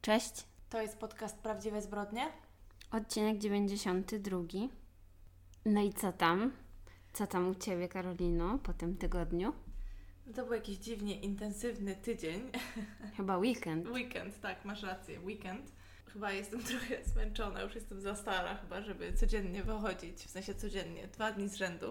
Cześć, To jest podcast Prawdziwe Zbrodnie. odcinek 92. No i co tam? Co tam u Ciebie, Karolino, po tym tygodniu? To był jakiś dziwnie intensywny tydzień. Chyba weekend. Weekend, tak, masz rację, weekend. Chyba jestem trochę zmęczona, już jestem za stara chyba, żeby codziennie wychodzić, w sensie codziennie, 2 dni z rzędu.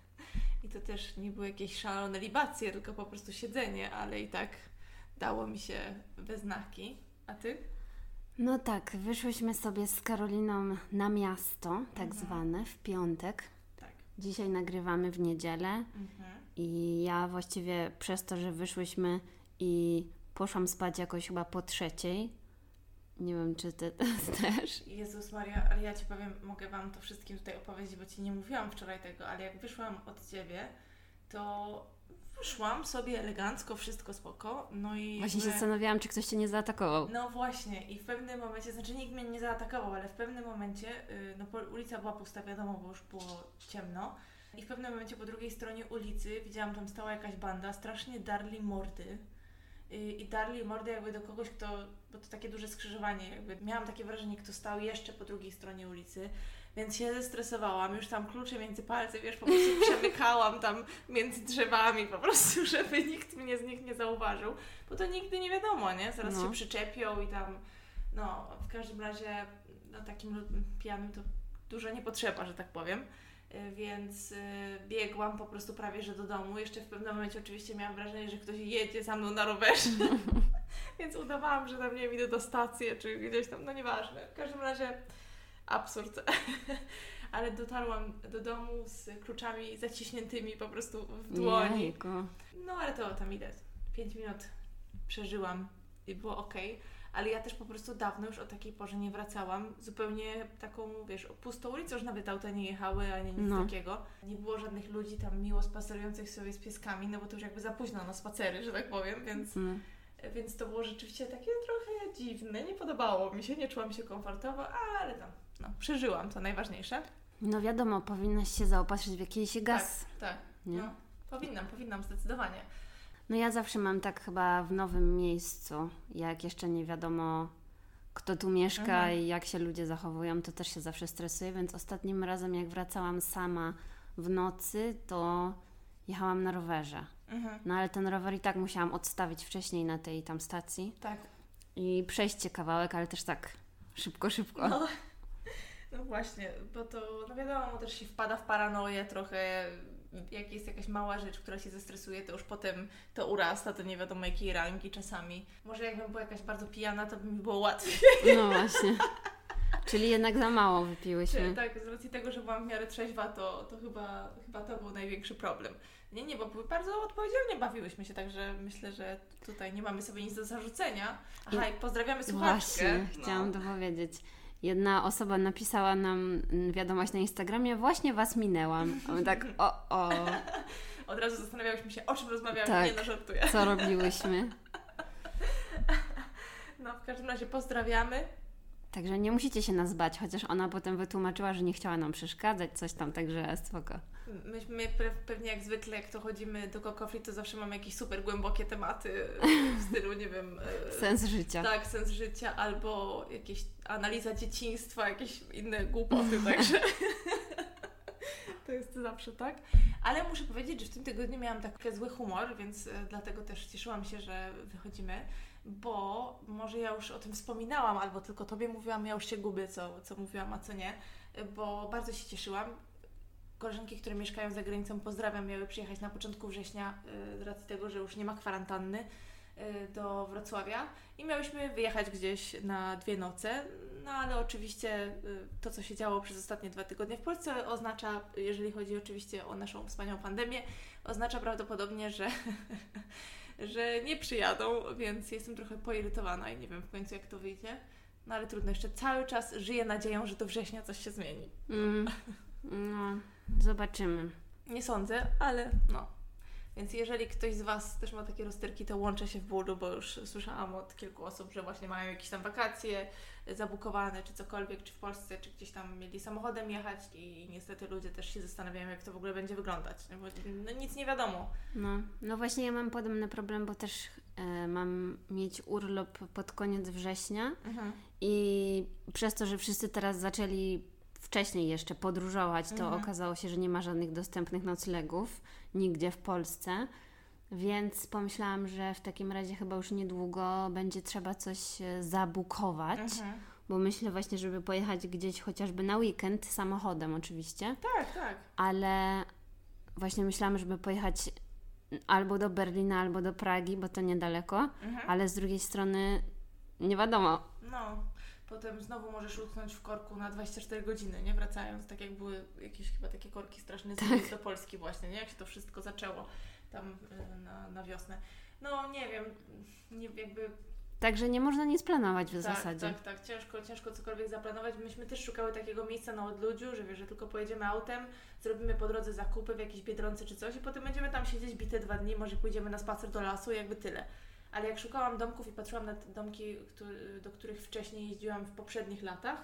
I to też nie były jakieś szalone libacje, tylko po prostu siedzenie, ale i tak dało mi się we znaki. A Ty? No tak, wyszłyśmy sobie z Karoliną na miasto, tak zwane, w piątek. Tak. Dzisiaj nagrywamy w niedzielę i ja właściwie przez to, że wyszłyśmy i poszłam spać jakoś chyba po 3:00. Nie wiem, czy Ty też. Jezus Maria, ale ja Ci powiem, mogę Wam to wszystkim tutaj opowiedzieć, bo Ci nie mówiłam wczoraj tego, ale jak wyszłam od Ciebie, to wyszłam sobie elegancko, wszystko spoko, no i... Właśnie się zastanawiałam, czy ktoś Cię nie zaatakował. No właśnie i w pewnym momencie, znaczy nikt mnie nie zaatakował, ale w pewnym momencie, ulica była pusta, wiadomo, bo już było ciemno i w pewnym momencie po drugiej stronie ulicy widziałam, tam stała jakaś banda, strasznie darli mordy. I darli mordy jakby do kogoś, bo to takie duże skrzyżowanie, jakby miałam takie wrażenie, kto stał jeszcze po drugiej stronie ulicy, więc się zestresowałam, już tam klucze między palce, wiesz, po prostu przemykałam tam między drzewami po prostu, żeby nikt mnie z nich nie zauważył, bo to nigdy nie wiadomo, nie? Zaraz się przyczepią i tam, w każdym razie, takim pijanym to dużo nie potrzeba, że tak powiem. Więc biegłam po prostu prawie że do domu. Jeszcze w pewnym momencie oczywiście miałam wrażenie, że ktoś jedzie za mną na rowerze. Więc udawałam, że tam nie wiem, idę do stacji, czy gdzieś tam, nieważne. W każdym razie absurd. Ale dotarłam do domu z kluczami zaciśniętymi po prostu w dłoni. Jejku. No ale to tam idę. 5 minut przeżyłam i było okej. Ale ja też po prostu dawno już o takiej porze nie wracałam. Zupełnie taką, wiesz, pustą ulicą, już nawet auta nie jechały, ani nic takiego. Nie było żadnych ludzi tam miło spacerujących sobie z pieskami, bo to już jakby za późno na spacery, że tak powiem, więc to było rzeczywiście takie trochę dziwne. Nie podobało mi się, nie czułam się komfortowo, ale tam, przeżyłam, to najważniejsze. No wiadomo, powinnaś się zaopatrzyć w jakiś gaz. Tak. Nie? No, powinnam zdecydowanie. No ja zawsze mam tak chyba w nowym miejscu, jak jeszcze nie wiadomo, kto tu mieszka i jak się ludzie zachowują, to też się zawsze stresuję, więc ostatnim razem jak wracałam sama w nocy, to jechałam na rowerze. No ale ten rower i tak musiałam odstawić wcześniej na tej tam stacji. Tak. I przejść kawałek, ale też tak szybko. No właśnie, bo to, wiadomo, też się wpada w paranoję trochę, jak jest jakaś mała rzecz, która się zestresuje, to już potem to urasta do nie wiadomo jakiej rangi czasami. Może jakbym była jakaś bardzo pijana, to by mi było łatwiej. No właśnie. Czyli jednak za mało wypiłyśmy. Tak, z racji tego, że byłam w miarę trzeźwa, to chyba to był największy problem. Nie, bo bardzo odpowiedzialnie bawiłyśmy się, także myślę, że tutaj nie mamy sobie nic do zarzucenia. Aha, i pozdrawiamy słuchaczkę. Właśnie, chciałam to powiedzieć. Jedna osoba napisała nam wiadomość na Instagramie, właśnie Was minęłam. A my tak, Od razu zastanawiałyśmy się, o czym rozmawiamy, tak, nie żartuję. Co robiłyśmy. W każdym razie pozdrawiamy. Także nie musicie się nas bać, chociaż ona potem wytłumaczyła, że nie chciała nam przeszkadzać, coś tam, także spoko. My pewnie jak zwykle, jak to chodzimy do Coffee, to zawsze mamy jakieś super głębokie tematy w stylu, nie wiem... Sens życia. Tak, sens życia, albo jakieś analiza dzieciństwa, jakieś inne głupoty, także... To jest zawsze tak. Ale muszę powiedzieć, że w tym tygodniu miałam taki zły humor, więc dlatego też cieszyłam się, że wychodzimy, bo może ja już o tym wspominałam, albo tylko Tobie mówiłam, ja już się gubię, co mówiłam, a co nie, bo bardzo się cieszyłam. Koleżanki, które mieszkają za granicą, pozdrawiam, miały przyjechać na początku września z racji tego, że już nie ma kwarantanny do Wrocławia i miałyśmy wyjechać gdzieś na 2 noce, ale oczywiście to, co się działo przez ostatnie 2 tygodnie w Polsce oznacza, jeżeli chodzi oczywiście o naszą wspaniałą pandemię, oznacza prawdopodobnie, że nie przyjadą, więc jestem trochę poirytowana i nie wiem w końcu jak to wyjdzie, ale trudno, jeszcze cały czas żyję nadzieją, że do września coś się zmieni. No, zobaczymy. Nie sądzę, ale Więc jeżeli ktoś z Was też ma takie rozterki, to łączę się w bólu, bo już słyszałam od kilku osób, że właśnie mają jakieś tam wakacje zabukowane, czy cokolwiek, czy w Polsce, czy gdzieś tam mieli samochodem jechać i niestety ludzie też się zastanawiają, jak to w ogóle będzie wyglądać, bo nic nie wiadomo. No właśnie ja mam podobny problem, bo też mam mieć urlop pod koniec września i przez to, że wszyscy teraz zaczęli wcześniej jeszcze podróżować, to okazało się, że nie ma żadnych dostępnych noclegów nigdzie w Polsce, więc pomyślałam, że w takim razie chyba już niedługo będzie trzeba coś zabukować, bo myślę właśnie, żeby pojechać gdzieś chociażby na weekend, samochodem oczywiście. Tak. Ale właśnie myślałam, żeby pojechać albo do Berlina, albo do Pragi, bo to niedaleko, ale z drugiej strony nie wiadomo. No, potem znowu możesz utknąć w korku na 24 godziny, nie? Wracając, tak jak były jakieś chyba takie korki straszne z Niemiec do Polski właśnie, nie? Jak się to wszystko zaczęło tam na wiosnę. No, nie wiem, jakby... Także nie można nic planować w zasadzie. Tak. Ciężko cokolwiek zaplanować. Myśmy też szukały takiego miejsca na odludziu, że wiesz, że tylko pojedziemy autem, zrobimy po drodze zakupy w jakiejś Biedronce czy coś i potem będziemy tam siedzieć bite 2 dni, może pójdziemy na spacer do lasu, jakby tyle. Ale jak szukałam domków i patrzyłam na te domki, do których wcześniej jeździłam w poprzednich latach,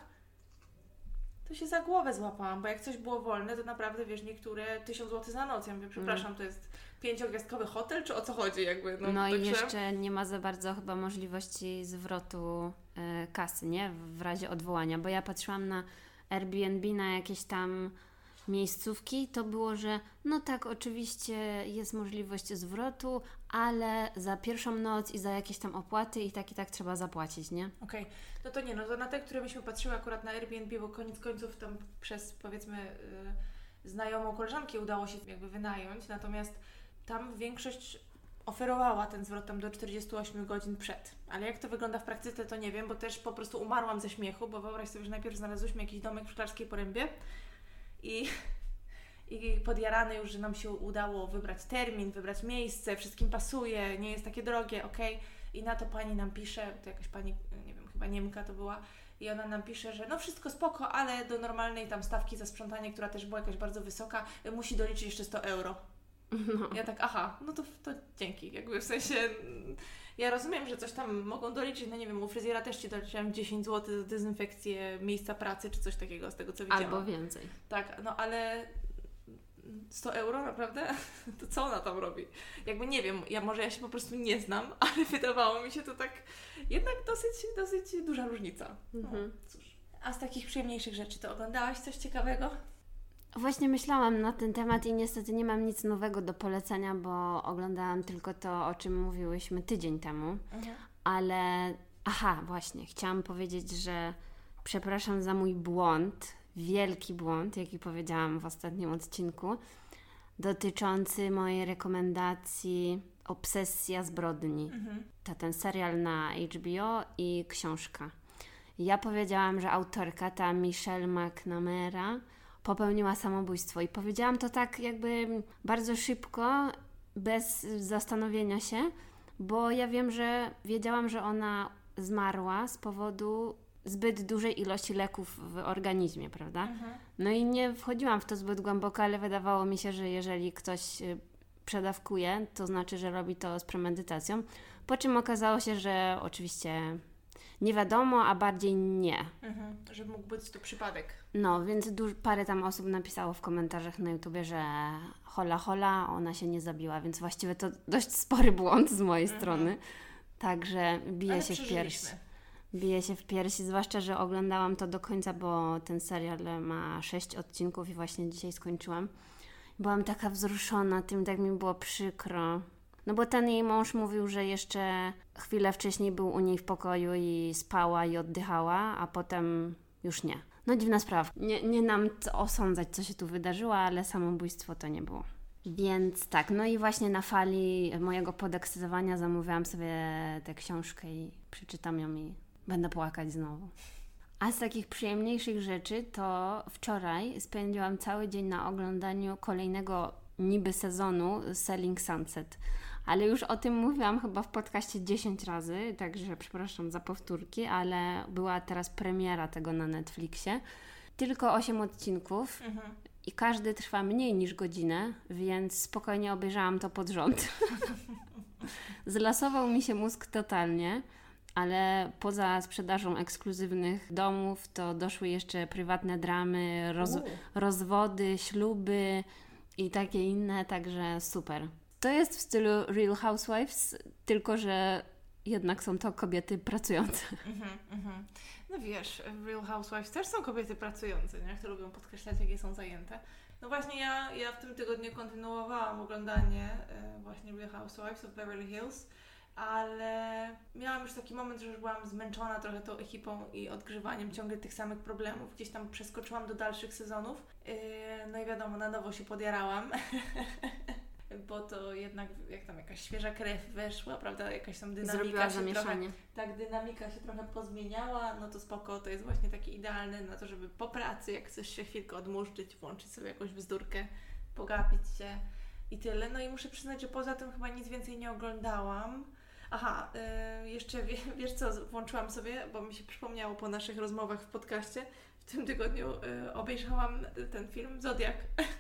to się za głowę złapałam, bo jak coś było wolne, to naprawdę, wiesz, niektóre 1000 zł za noc. Ja mówię, przepraszam, to jest 5-gwiazdkowy hotel, czy o co chodzi? Jakby, no i jeszcze nie ma za bardzo chyba możliwości zwrotu kasy, nie? W razie odwołania, bo ja patrzyłam na Airbnb, na jakieś tam miejscówki, to było, że no tak, oczywiście jest możliwość zwrotu, ale za pierwszą noc i za jakieś tam opłaty i tak trzeba zapłacić, nie? Okej. No to nie, no to na te, które myśmy patrzyły akurat na Airbnb, bo koniec końców tam przez, powiedzmy, znajomą koleżankę udało się jakby wynająć, natomiast tam większość oferowała ten zwrot tam do 48 godzin przed. Ale jak to wygląda w praktyce, to nie wiem, bo też po prostu umarłam ze śmiechu, bo wyobraź sobie, że najpierw znalazłyśmy jakiś domek w Szklarskiej Porębie i podjarane już, że nam się udało wybrać termin, wybrać miejsce, wszystkim pasuje, nie jest takie drogie, okej. I na to pani nam pisze, to jakaś pani, nie wiem, chyba Niemka to była, i ona nam pisze, że no wszystko spoko, ale do normalnej tam stawki za sprzątanie, która też była jakaś bardzo wysoka, musi doliczyć jeszcze 100 euro. No. Ja tak, aha, no to dzięki, jakby w sensie... Ja rozumiem, że coś tam mogą doliczyć, no nie wiem, u fryzjera też Ci doliczyłam 10 zł za dezynfekcję miejsca pracy, czy coś takiego, z tego co widziałam. Albo więcej. Tak, no ale 100 euro naprawdę? To co ona tam robi? Jakby nie wiem, może ja się po prostu nie znam, ale wydawało mi się to tak jednak dosyć duża różnica. No, cóż. A z takich przyjemniejszych rzeczy to oglądałaś coś ciekawego? Właśnie myślałam na ten temat i niestety nie mam nic nowego do polecenia, bo oglądałam tylko to, o czym mówiłyśmy tydzień temu. Ale, właśnie, chciałam powiedzieć, że przepraszam za mój błąd, wielki błąd, jaki powiedziałam w ostatnim odcinku, dotyczący mojej rekomendacji Obsesja zbrodni. To ten serial na HBO i książka. Ja powiedziałam, że autorka, ta Michelle McNamara, popełniła samobójstwo i powiedziałam to tak jakby bardzo szybko, bez zastanowienia się, bo ja wiedziałam, że ona zmarła z powodu zbyt dużej ilości leków w organizmie, prawda? No i nie wchodziłam w to zbyt głęboko, ale wydawało mi się, że jeżeli ktoś przedawkuje, to znaczy, że robi to z premedytacją, po czym okazało się, że oczywiście nie wiadomo, a bardziej nie. Że mógł być to przypadek. No, więc parę tam osób napisało w komentarzach na YouTubie, że hola, ona się nie zabiła, więc właściwie to dość spory błąd z mojej strony. Także bije się w piersi, zwłaszcza, że oglądałam to do końca, bo ten serial ma 6 odcinków i właśnie dzisiaj skończyłam. Byłam taka wzruszona tym, tak mi było przykro. No bo ten jej mąż mówił, że jeszcze chwilę wcześniej był u niej w pokoju i spała i oddychała, a potem już nie. No dziwna sprawa. Nie nam osądzać, co się tu wydarzyło, ale samobójstwo to nie było. Więc tak, no i właśnie na fali mojego podekscytowania zamówiłam sobie tę książkę i przeczytam ją i będę płakać znowu. A z takich przyjemniejszych rzeczy to wczoraj spędziłam cały dzień na oglądaniu kolejnego niby sezonu Selling Sunset. Ale już o tym mówiłam chyba w podcaście 10 razy, także przepraszam za powtórki, ale była teraz premiera tego na Netflixie. Tylko 8 odcinków i każdy trwa mniej niż godzinę, więc spokojnie obejrzałam to pod rząd. Zlasował mi się mózg totalnie, ale poza sprzedażą ekskluzywnych domów to doszły jeszcze prywatne dramy, rozwody, śluby i takie inne, także super. To jest w stylu Real Housewives, tylko że jednak są to kobiety pracujące. No wiesz, w Real Housewives też są kobiety pracujące, nie? Które lubią podkreślać, jakie są zajęte. No właśnie ja w tym tygodniu kontynuowałam oglądanie właśnie Real Housewives of Beverly Hills, ale miałam już taki moment, że już byłam zmęczona trochę tą ekipą i odgrzewaniem ciągle tych samych problemów. Gdzieś tam przeskoczyłam do dalszych sezonów, no i wiadomo, na nowo się podjarałam. Bo to jednak jak tam jakaś świeża krew weszła, prawda, jakaś tam dynamika zrobiła się zamieszanie. dynamika się trochę pozmieniała, no to spoko, to jest właśnie takie idealne na to, żeby po pracy, jak chcesz się chwilkę odmurzyć, włączyć sobie jakąś bzdurkę, pogapić się i tyle. No i muszę przyznać, że poza tym chyba nic więcej nie oglądałam. Aha, jeszcze wiesz co, włączyłam sobie, bo mi się przypomniało po naszych rozmowach w podcaście, w tym tygodniu obejrzałam ten film Zodiak.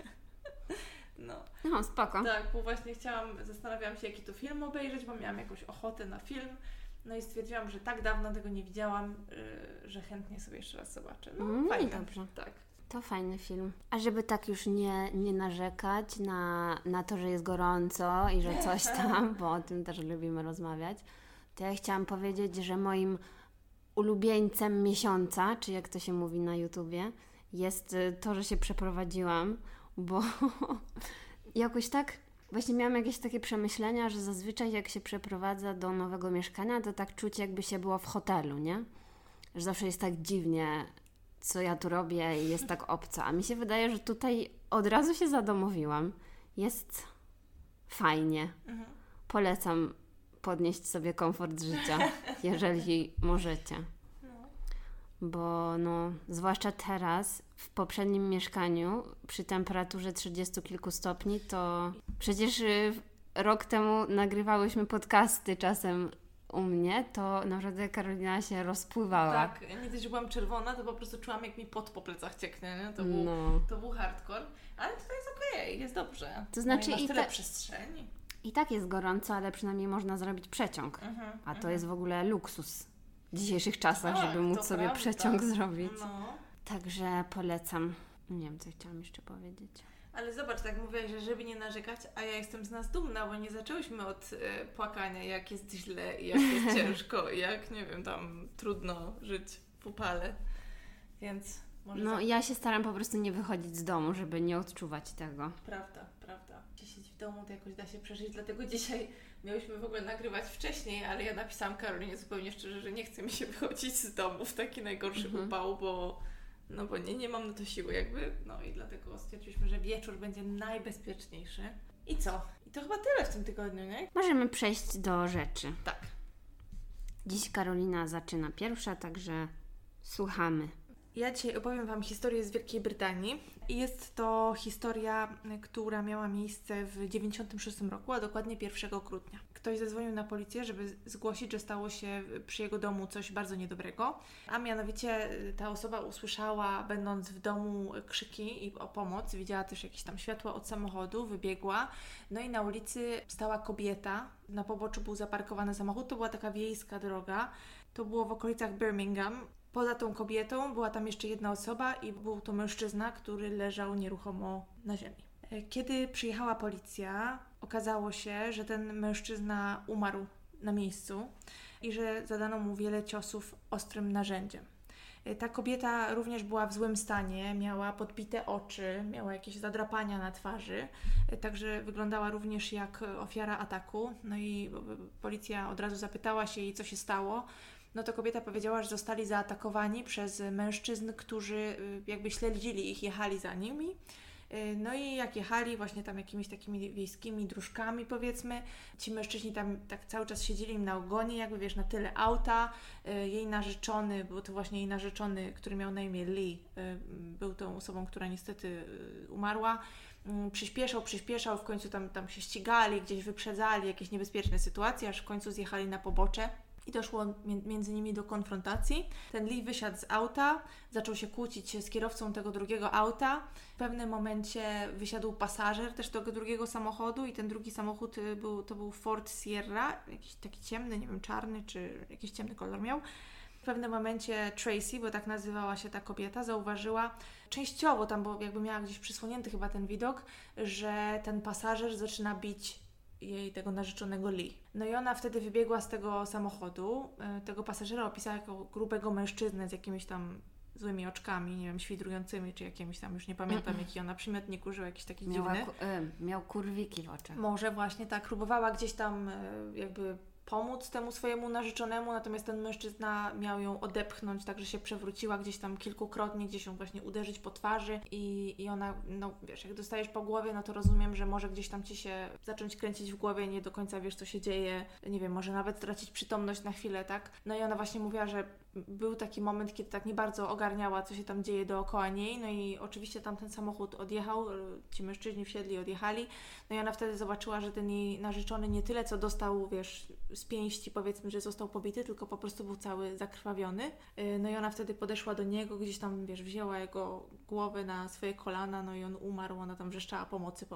No, spoko. Tak, bo właśnie zastanawiałam się, jaki to film obejrzeć, bo miałam jakąś ochotę na film. No i stwierdziłam, że tak dawno tego nie widziałam, że chętnie sobie jeszcze raz zobaczę. No fajnie. Dobrze. Tak. To fajny film. A żeby tak już nie narzekać na to, że jest gorąco i że coś tam, bo o tym też lubimy rozmawiać, to ja chciałam powiedzieć, że moim ulubieńcem miesiąca, czy jak to się mówi na YouTubie, jest to, że się przeprowadziłam, bo jakoś tak właśnie miałam jakieś takie przemyślenia, że zazwyczaj jak się przeprowadza do nowego mieszkania, to tak czuć, jakby się było w hotelu, nie? Że zawsze jest tak dziwnie, co ja tu robię i jest tak obco. A mi się wydaje, że tutaj od razu się zadomowiłam. Jest fajnie. Polecam podnieść sobie komfort życia, jeżeli możecie. Bo no, zwłaszcza teraz, w poprzednim mieszkaniu, przy temperaturze 30 kilku stopni, to przecież rok temu nagrywałyśmy podcasty czasem u mnie, to naprawdę Karolina się rozpływała. Tak, nie dość, że byłam czerwona, to po prostu czułam, jak mi pot po plecach cieknie, nie? To był hardcore, ale tutaj jest okej, jest dobrze. To znaczy masz tyle przestrzeni. I tak jest gorąco, ale przynajmniej można zrobić przeciąg. A to jest w ogóle luksus w dzisiejszych czasach, żeby móc sobie przeciąg zrobić. No. Także polecam. Nie wiem, co chciałam jeszcze powiedzieć. Ale zobacz, tak mówiłaś, że żeby nie narzekać, a ja jestem z nas dumna, bo nie zaczęłyśmy od płakania, jak jest źle i jak jest ciężko i jak, nie wiem, tam trudno żyć w upale. Więc może... No ja się staram po prostu nie wychodzić z domu, żeby nie odczuwać tego. Prawda. Siedzieć w domu to jakoś da się przeżyć, dlatego dzisiaj miałyśmy w ogóle nagrywać wcześniej, ale ja napisałam Karolinie zupełnie szczerze, że nie chce mi się wychodzić z domu w taki najgorszy upał, bo nie mam na to siły jakby, no i dlatego stwierdziliśmy, że wieczór będzie najbezpieczniejszy. I co? I to chyba tyle w tym tygodniu, nie? Możemy przejść do rzeczy. Tak. Dziś Karolina zaczyna pierwsza, także słuchamy. Ja dzisiaj opowiem Wam historię z Wielkiej Brytanii. Jest to historia, która miała miejsce w 1996 roku, a dokładnie 1 grudnia. Ktoś zadzwonił na policję, żeby zgłosić, że stało się przy jego domu coś bardzo niedobrego, a mianowicie ta osoba usłyszała, będąc w domu, krzyki i o pomoc. Widziała też jakieś tam światła od samochodu, wybiegła. No i na ulicy stała kobieta. Na poboczu był zaparkowany samochód. To była taka wiejska droga. To było w okolicach Birmingham. Poza tą kobietą była tam jeszcze jedna osoba i był to mężczyzna, który leżał nieruchomo na ziemi. Kiedy przyjechała policja, okazało się, że ten mężczyzna umarł na miejscu i że zadano mu wiele ciosów ostrym narzędziem. Ta kobieta również była w złym stanie, miała podbite oczy, miała jakieś zadrapania na twarzy, także wyglądała również jak ofiara ataku. No i policja od razu zapytała się jej, co się stało. No to kobieta powiedziała, że zostali zaatakowani przez mężczyzn, którzy jakby śledzili ich, jechali za nimi. No i jak jechali właśnie tam jakimiś takimi wiejskimi dróżkami, powiedzmy, ci mężczyźni tam tak cały czas siedzieli im na ogonie, jakby wiesz, na tyle auta. Jej narzeczony, był to właśnie jej narzeczony, który miał na imię Lee, był tą osobą, która niestety umarła. Przyspieszał, w końcu tam się ścigali, gdzieś wyprzedzali, jakieś niebezpieczne sytuacje, aż w końcu zjechali na pobocze. i doszło między nimi do konfrontacji. Ten Lee wysiadł z auta, zaczął się kłócić z kierowcą tego drugiego auta. W pewnym momencie wysiadł pasażer też tego drugiego samochodu i ten drugi samochód to był Ford Sierra, jakiś taki ciemny, nie wiem, czarny czy jakiś ciemny kolor miał. W pewnym momencie Tracy, bo tak nazywała się ta kobieta, zauważyła częściowo tam, bo jakby miała gdzieś przysłonięty chyba ten widok, że ten pasażer zaczyna bić jej tego narzeczonego Lee. No i ona wtedy wybiegła z tego samochodu. Tego pasażera opisała jako grubego mężczyznę z jakimiś tam złymi oczkami, nie wiem, świdrującymi, czy jakimiś tam, już nie pamiętam jaki ona przymiotnik użył, jakiś taki dziwny. Miał kurwiki w oczach. Może właśnie tak, próbowała gdzieś tam jakby pomóc temu swojemu narzeczonemu, natomiast ten mężczyzna miał ją odepchnąć, tak że się przewróciła gdzieś tam kilkukrotnie, gdzieś ją właśnie uderzyć po twarzy i ona, no wiesz, jak dostajesz po głowie, no to rozumiem, że może gdzieś tam Ci się zacząć kręcić w głowie, nie do końca wiesz, co się dzieje, nie wiem, może nawet stracić przytomność na chwilę, tak? No i ona właśnie mówiła, że był taki moment, kiedy tak nie bardzo ogarniała, co się tam dzieje dookoła niej, no i oczywiście tamten samochód odjechał, ci mężczyźni wsiedli, odjechali, no i ona wtedy zobaczyła, że ten jej narzeczony nie tyle, co dostał, wiesz, z pięści, powiedzmy, że został pobity, tylko po prostu był cały zakrwawiony. No i ona wtedy podeszła do niego, gdzieś tam, wiesz, wzięła jego głowę na swoje kolana, no i on umarł, ona tam wrzeszczała pomocy.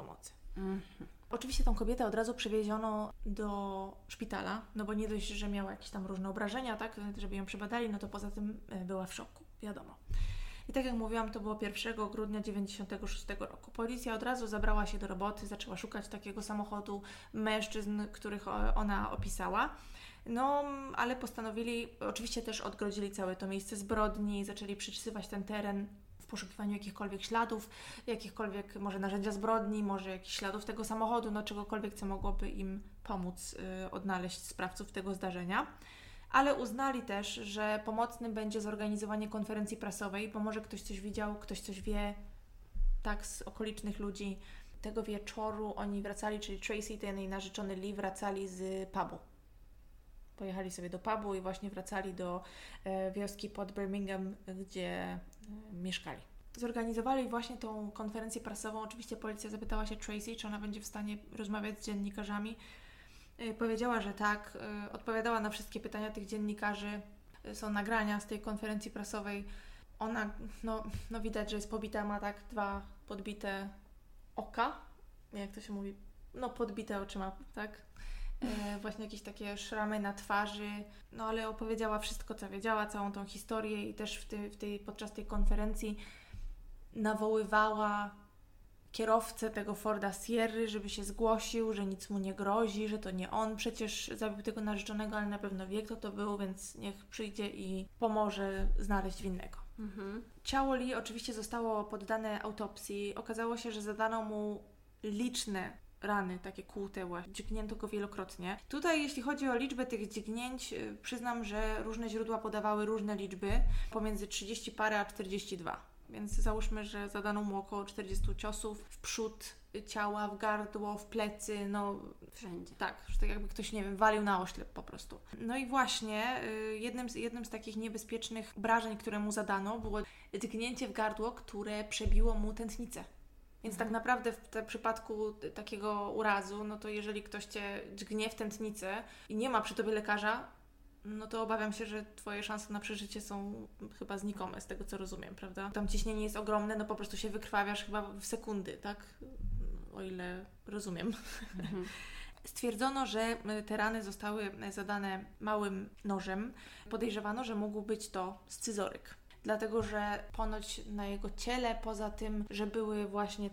Oczywiście tą kobietę od razu przewieziono do szpitala, no bo nie dość, że miała jakieś tam różne obrażenia, tak, żeby ją przebadali, no to poza tym była w szoku, wiadomo. I tak jak mówiłam, to było 1 grudnia 1996 roku. Policja od razu zabrała się do roboty, zaczęła szukać takiego samochodu, mężczyzn, których ona opisała. No, ale postanowili, oczywiście też odgrodzili całe to miejsce zbrodni, zaczęli przeczysywać ten teren w poszukiwaniu jakichkolwiek śladów, jakichkolwiek może narzędzia zbrodni, może jakichś śladów tego samochodu, no czegokolwiek, co mogłoby im pomóc odnaleźć sprawców tego zdarzenia. Ale uznali też, że pomocnym będzie zorganizowanie konferencji prasowej, bo może ktoś coś widział, ktoś coś wie, tak, z okolicznych ludzi. Tego wieczoru oni wracali, czyli Tracy i ten jej narzeczony Lee wracali z pubu. Pojechali sobie do pubu i właśnie wracali do wioski pod Birmingham, gdzie mieszkali. Zorganizowali właśnie tą konferencję prasową. Oczywiście policja zapytała się Tracy, czy ona będzie w stanie rozmawiać z dziennikarzami. Powiedziała, że tak. Odpowiadała na wszystkie pytania tych dziennikarzy. Są nagrania z tej konferencji prasowej. Ona, no widać, że jest pobita, ma tak 2 podbite oka. Jak to się mówi? No podbite oczy ma, tak? Właśnie jakieś takie szramy na twarzy. No ale opowiedziała wszystko, co wiedziała, całą tą historię i też podczas tej konferencji nawoływała kierowcę tego Forda Sierry, żeby się zgłosił, że nic mu nie grozi, że to nie on przecież zabił tego narzeczonego, ale na pewno wie, kto to był, więc niech przyjdzie i pomoże znaleźć winnego. Ciało Lee oczywiście zostało poddane autopsji. Okazało się, że zadano mu liczne rany, takie kłute właśnie. Dźgnięto go wielokrotnie. Tutaj, jeśli chodzi o liczbę tych dźgnięć, przyznam, że różne źródła podawały różne liczby, pomiędzy 30 parę a 42. Więc załóżmy, że zadano mu około 40 ciosów w przód ciała, w gardło, w plecy, no wszędzie. Tak, że tak jakby ktoś, nie wiem, walił na oślep po prostu. No i właśnie jednym z takich niebezpiecznych obrażeń, które mu zadano, było dźgnięcie w gardło, które przebiło mu tętnicę. Więc tak naprawdę w przypadku takiego urazu, no to jeżeli ktoś Cię dźgnie w tętnicę i nie ma przy Tobie lekarza, no to obawiam się, że Twoje szanse na przeżycie są chyba znikome, z tego co rozumiem, prawda? Tam ciśnienie jest ogromne, no po prostu się wykrwawiasz chyba w sekundy, tak? O ile rozumiem. Stwierdzono, że te rany zostały zadane małym nożem. Podejrzewano, że mógł być to scyzoryk. Dlatego, że ponoć na jego ciele, poza tym, że były właśnie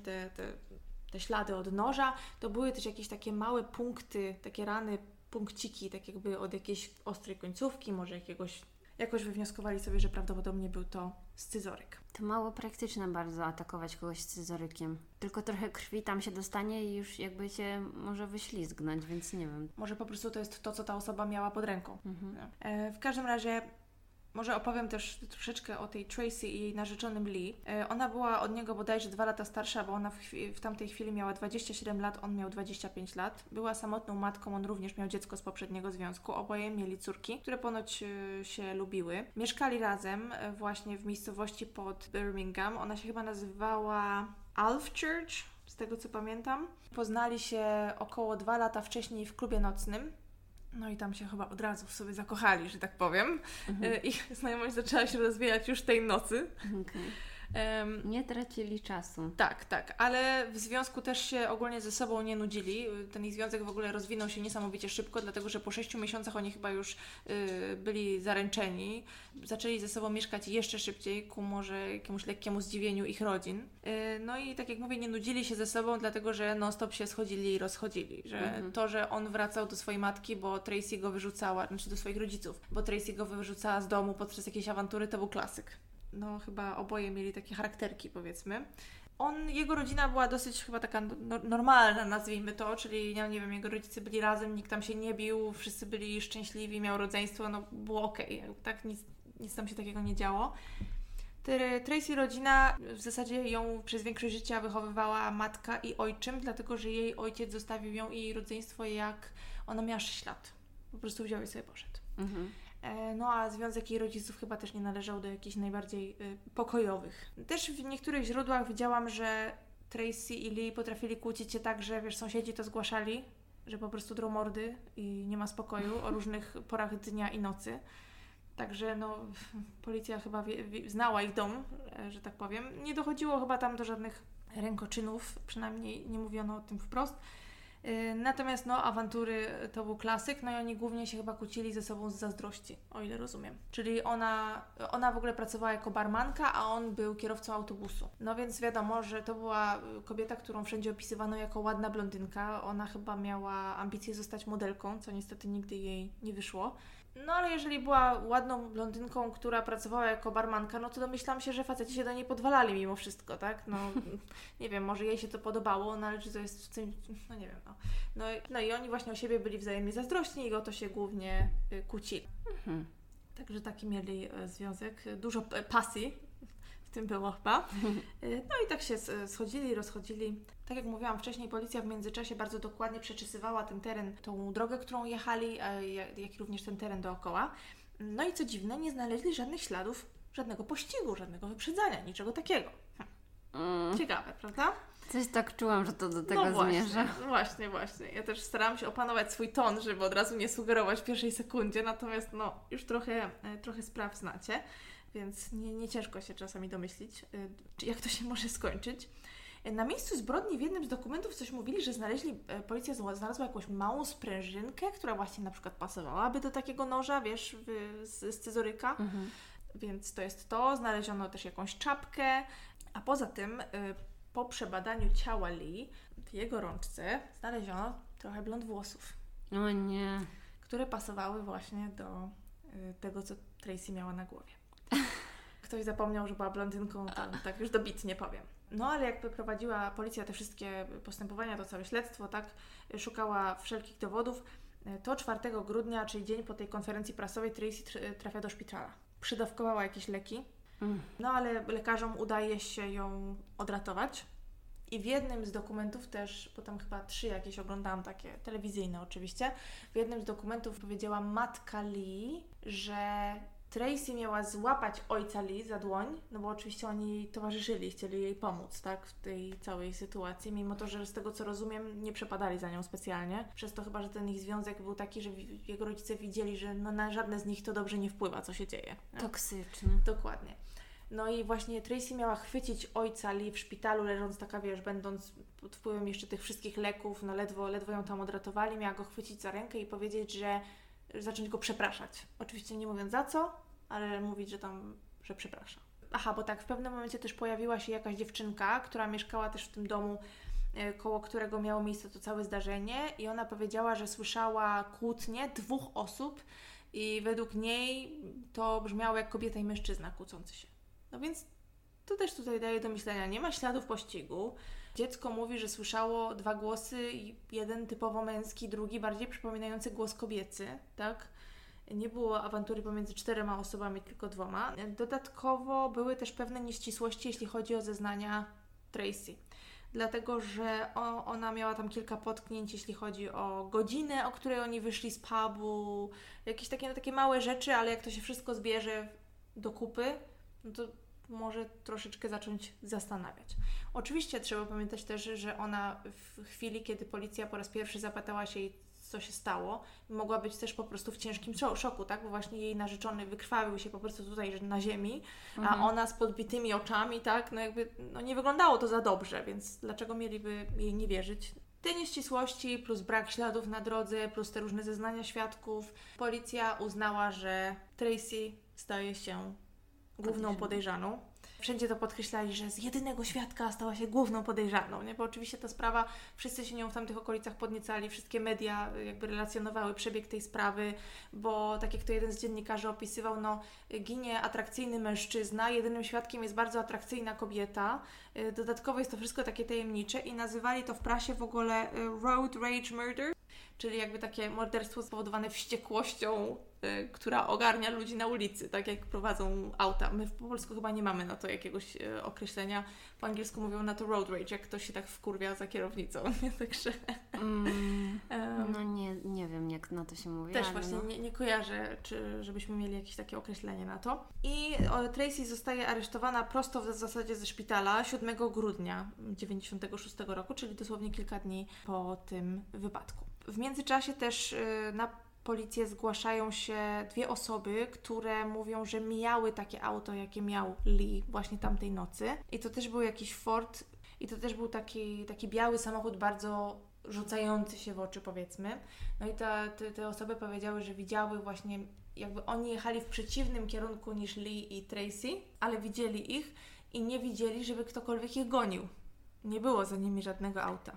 te ślady od noża, to były też jakieś takie małe punkty, takie rany, punkciki, tak jakby od jakiejś ostrej końcówki, może jakoś wywnioskowali sobie, że prawdopodobnie był to scyzoryk. To mało praktyczne bardzo atakować kogoś scyzorykiem. Tylko trochę krwi tam się dostanie i już jakby się może wyślizgnąć, więc nie wiem. Może po prostu to jest to, co ta osoba miała pod ręką. W każdym razie może opowiem też troszeczkę o tej Tracy i jej narzeczonym Lee. Ona była od niego bodajże 2 lata starsza, bo ona w tamtej chwili miała 27 lat, on miał 25 lat. Była samotną matką, on również miał dziecko z poprzedniego związku. Oboje mieli córki, które ponoć się lubiły. Mieszkali razem właśnie w miejscowości pod Birmingham. Ona się chyba nazywała Alvechurch, z tego co pamiętam. Poznali się około 2 lata wcześniej w klubie nocnym. No i tam się chyba od razu w sobie zakochali, że tak powiem. I znajomość zaczęła się rozwijać już tej nocy. Okay. Nie tracili czasu. Tak, ale w związku też się ogólnie ze sobą nie nudzili. Ten ich związek w ogóle rozwinął się niesamowicie szybko, dlatego że po 6 miesiącach oni chyba już byli zaręczeni. Zaczęli ze sobą mieszkać jeszcze szybciej, ku może jakiemuś lekkiemu zdziwieniu ich rodzin. No i tak jak mówię, nie nudzili się ze sobą, dlatego że non-stop się schodzili i rozchodzili. Że to, że on wracał do swojej matki, bo Tracy go wyrzucała, znaczy do swoich rodziców, bo Tracy go wyrzucała z domu podczas jakiejś awantury, to był klasyk. No chyba oboje mieli takie charakterki, powiedzmy. Jego rodzina była dosyć chyba taka normalna, nazwijmy to, czyli ja nie wiem, jego rodzice byli razem, nikt tam się nie bił, wszyscy byli szczęśliwi, miał rodzeństwo, no było okej, tak, nic tam się takiego nie działo. Tracy rodzina w zasadzie ją przez większość życia wychowywała matka i ojczym, dlatego że jej ojciec zostawił ją i jej rodzeństwo, jak ona miała 6 lat. Po prostu wziął i sobie poszedł. No a związek jej rodziców chyba też nie należał do jakichś najbardziej pokojowych. Też w niektórych źródłach widziałam, że Tracy i Lee potrafili kłócić się tak, że sąsiedzi to zgłaszali, że po prostu drą mordy i nie ma spokoju o różnych porach dnia i nocy. Także policja chyba znała ich dom, że tak powiem. Nie dochodziło chyba tam do żadnych rękoczynów, przynajmniej nie mówiono o tym wprost. Natomiast awantury to był klasyk, i oni głównie się chyba kłócili ze sobą z zazdrości, o ile rozumiem. Czyli ona w ogóle pracowała jako barmanka, a on był kierowcą autobusu. No więc wiadomo, że to była kobieta, którą wszędzie opisywano jako ładna blondynka. Ona chyba miała ambicje zostać modelką, co niestety nigdy jej nie wyszło. No ale jeżeli była ładną blondynką, która pracowała jako barmanka, no to domyślam się, że faceci się do niej podwalali mimo wszystko, tak? Nie wiem, może jej się to podobało, no ale czy to jest... No nie wiem, No i oni właśnie o siebie byli wzajemnie zazdrośni i o to się głównie kłócili. Także taki mieli związek. Dużo pasji w tym było chyba. No i tak się schodzili, rozchodzili. Tak jak mówiłam wcześniej, policja w międzyczasie bardzo dokładnie przeczesywała ten teren, tą drogę, którą jechali, jak i również ten teren dookoła. No i co dziwne, nie znaleźli żadnych śladów, żadnego pościgu, żadnego wyprzedzania, niczego takiego. Ciekawe, prawda? Coś tak czułam, że to do tego zmierza. Właśnie. Ja też starałam się opanować swój ton, żeby od razu nie sugerować w pierwszej sekundzie, natomiast już trochę spraw znacie, więc nie ciężko się czasami domyślić, jak to się może skończyć. Na miejscu zbrodni w jednym z dokumentów coś mówili, że policja znalazła jakąś małą sprężynkę, która właśnie na przykład pasowałaby do takiego noża, wiesz, z scyzoryka. Więc to jest to. Znaleziono też jakąś czapkę, a poza tym po przebadaniu ciała Lee w jego rączce znaleziono trochę blond włosów. O nie. Które pasowały właśnie do tego, co Tracy miała na głowie. Ktoś zapomniał, że była blondynką, to tak już dobitnie powiem. No ale jakby prowadziła policja te wszystkie postępowania, to całe śledztwo, tak, szukała wszelkich dowodów, to 4 grudnia, czyli dzień po tej konferencji prasowej, Tracy trafia do szpitala. Przydawkowała jakieś leki, no ale lekarzom udaje się ją odratować. I w jednym z dokumentów też, bo tam chyba 3 jakieś oglądałam, takie telewizyjne oczywiście, w jednym z dokumentów powiedziała matka Lee, że Tracy miała złapać ojca Lee za dłoń, no bo oczywiście oni jej towarzyszyli, chcieli jej pomóc, tak, w tej całej sytuacji, mimo to, że z tego co rozumiem nie przepadali za nią specjalnie, przez to chyba, że ten ich związek był taki, że jego rodzice widzieli, że na żadne z nich to dobrze nie wpływa, co się dzieje. Toksyczny. Dokładnie. No i właśnie Tracy miała chwycić ojca Lee w szpitalu, leżąc taka, wiesz, będąc pod wpływem jeszcze tych wszystkich leków, no ledwo ją tam odratowali, miała go chwycić za rękę i powiedzieć, że zacząć go przepraszać. Oczywiście nie mówiąc za co, ale mówić, że przeprasza. Aha, bo tak, w pewnym momencie też pojawiła się jakaś dziewczynka, która mieszkała też w tym domu, koło którego miało miejsce to całe zdarzenie i ona powiedziała, że słyszała kłótnię 2 osób i według niej to brzmiało jak kobieta i mężczyzna kłócący się. No więc to też tutaj daje do myślenia, nie ma śladów pościgu. Dziecko mówi, że słyszało 2 głosy, jeden typowo męski, drugi bardziej przypominający głos kobiecy, tak? Nie było awantury pomiędzy 4 osobami, tylko 2. Dodatkowo były też pewne nieścisłości, jeśli chodzi o zeznania Tracy. Dlatego, że ona miała tam kilka potknięć, jeśli chodzi o godzinę, o której oni wyszli z pubu, jakieś takie małe rzeczy, ale jak to się wszystko zbierze do kupy, no to może troszeczkę zacząć zastanawiać. Oczywiście trzeba pamiętać też, że ona w chwili, kiedy policja po raz pierwszy zapytała się jej, co się stało. Mogła być też po prostu w ciężkim szoku, tak? Bo właśnie jej narzeczony wykrwawił się po prostu tutaj na ziemi, a ona z podbitymi oczami, tak? No jakby nie wyglądało to za dobrze, więc dlaczego mieliby jej nie wierzyć? Te nieścisłości plus brak śladów na drodze, plus te różne zeznania świadków, policja uznała, że Tracy staje się główną podejrzaną. Wszędzie to podkreślali, że z jedynego świadka stała się główną podejrzaną, nie? Bo oczywiście ta sprawa, wszyscy się nią w tamtych okolicach podniecali, wszystkie media jakby relacjonowały przebieg tej sprawy, bo tak jak to jeden z dziennikarzy opisywał, ginie atrakcyjny mężczyzna, jedynym świadkiem jest bardzo atrakcyjna kobieta, dodatkowo jest to wszystko takie tajemnicze i nazywali to w prasie w ogóle road rage murder, czyli jakby takie morderstwo spowodowane wściekłością, która ogarnia ludzi na ulicy, tak jak prowadzą auta. My po polsku chyba nie mamy na to jakiegoś określenia. Po angielsku mówią na to road rage, jak ktoś się tak wkurwia za kierownicą. Także... nie wiem, jak na to się mówi. Też właśnie nie kojarzę, żebyśmy mieli jakieś takie określenie na to. I Tracy zostaje aresztowana prosto w zasadzie ze szpitala 7 grudnia 1996 roku, czyli dosłownie kilka dni po tym wypadku. W międzyczasie też na policję zgłaszają się 2 osoby, które mówią, że mijały takie auto, jakie miał Lee właśnie tamtej nocy. I to też był jakiś Ford i to też był taki biały samochód, bardzo rzucający się w oczy, powiedzmy. No i te osoby powiedziały, że widziały właśnie, jakby oni jechali w przeciwnym kierunku niż Lee i Tracy, ale widzieli ich i nie widzieli, żeby ktokolwiek ich gonił. Nie było za nimi żadnego auta.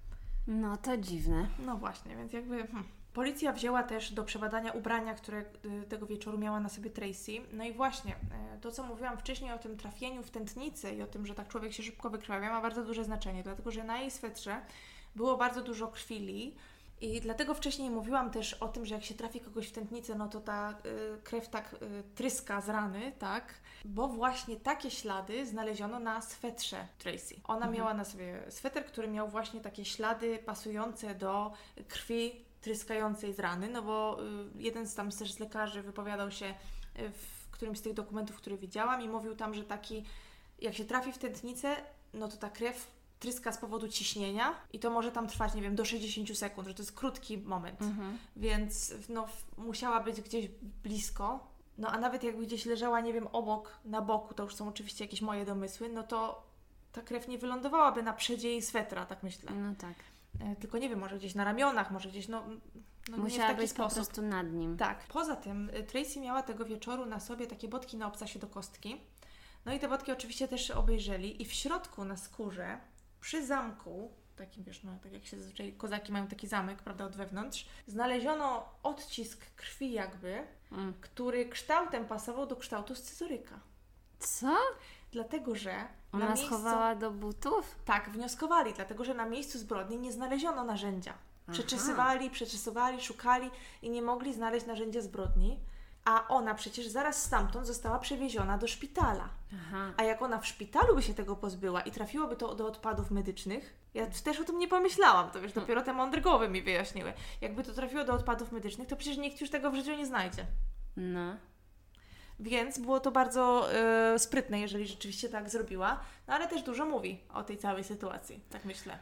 No to dziwne. No właśnie, więc jakby... Policja wzięła też do przebadania ubrania, które tego wieczoru miała na sobie Tracy. No i właśnie, to co mówiłam wcześniej o tym trafieniu w tętnicę i o tym, że tak człowiek się szybko wykrwawia, ma bardzo duże znaczenie, dlatego że na jej swetrze było bardzo dużo krwi Lee i dlatego wcześniej mówiłam też o tym, że jak się trafi kogoś w tętnicę, no to ta krew tak tryska z rany, tak? Bo właśnie takie ślady znaleziono na swetrze Tracy. Ona miała na sobie sweter, który miał właśnie takie ślady pasujące do krwi tryskającej z rany, no bo jeden z tam też z lekarzy wypowiadał się w którymś z tych dokumentów, które widziałam i mówił tam, że jak się trafi w tętnicę, no to ta krew tryska z powodu ciśnienia i to może tam trwać, nie wiem, do 60 sekund, że to jest krótki moment, więc musiała być gdzieś blisko, no a nawet jakby gdzieś leżała, nie wiem, obok, na boku, to już są oczywiście jakieś moje domysły, no to ta krew nie wylądowałaby na przedzie jej swetra, tak myślę. No tak. Tylko nie wiem, może gdzieś na ramionach, może gdzieś, musiała nie w taki być sposób. Po prostu nad nim. Tak. Poza tym Tracy miała tego wieczoru na sobie takie botki na obcasie do kostki. No i te botki oczywiście też obejrzeli i w środku na skórze, przy zamku, takim wiesz, tak jak się zazwyczaj kozaki mają taki zamek, prawda, od wewnątrz, znaleziono odcisk krwi jakby, który kształtem pasował do kształtu scyzoryka. Co? Dlatego, że ona schowała do butów? Tak, wnioskowali, dlatego że na miejscu zbrodni nie znaleziono narzędzia. Przeczesywali, szukali i nie mogli znaleźć narzędzia zbrodni, a ona przecież zaraz stamtąd została przewieziona do szpitala. A jak ona w szpitalu by się tego pozbyła i trafiłoby to do odpadów medycznych, ja też o tym nie pomyślałam, to wiesz, dopiero te mądre głowy mi wyjaśniły. Jakby to trafiło do odpadów medycznych, to przecież nikt już tego w życiu nie znajdzie. No. Więc było to bardzo sprytne, jeżeli rzeczywiście tak zrobiła, no ale też dużo mówi o tej całej sytuacji, tak myślę.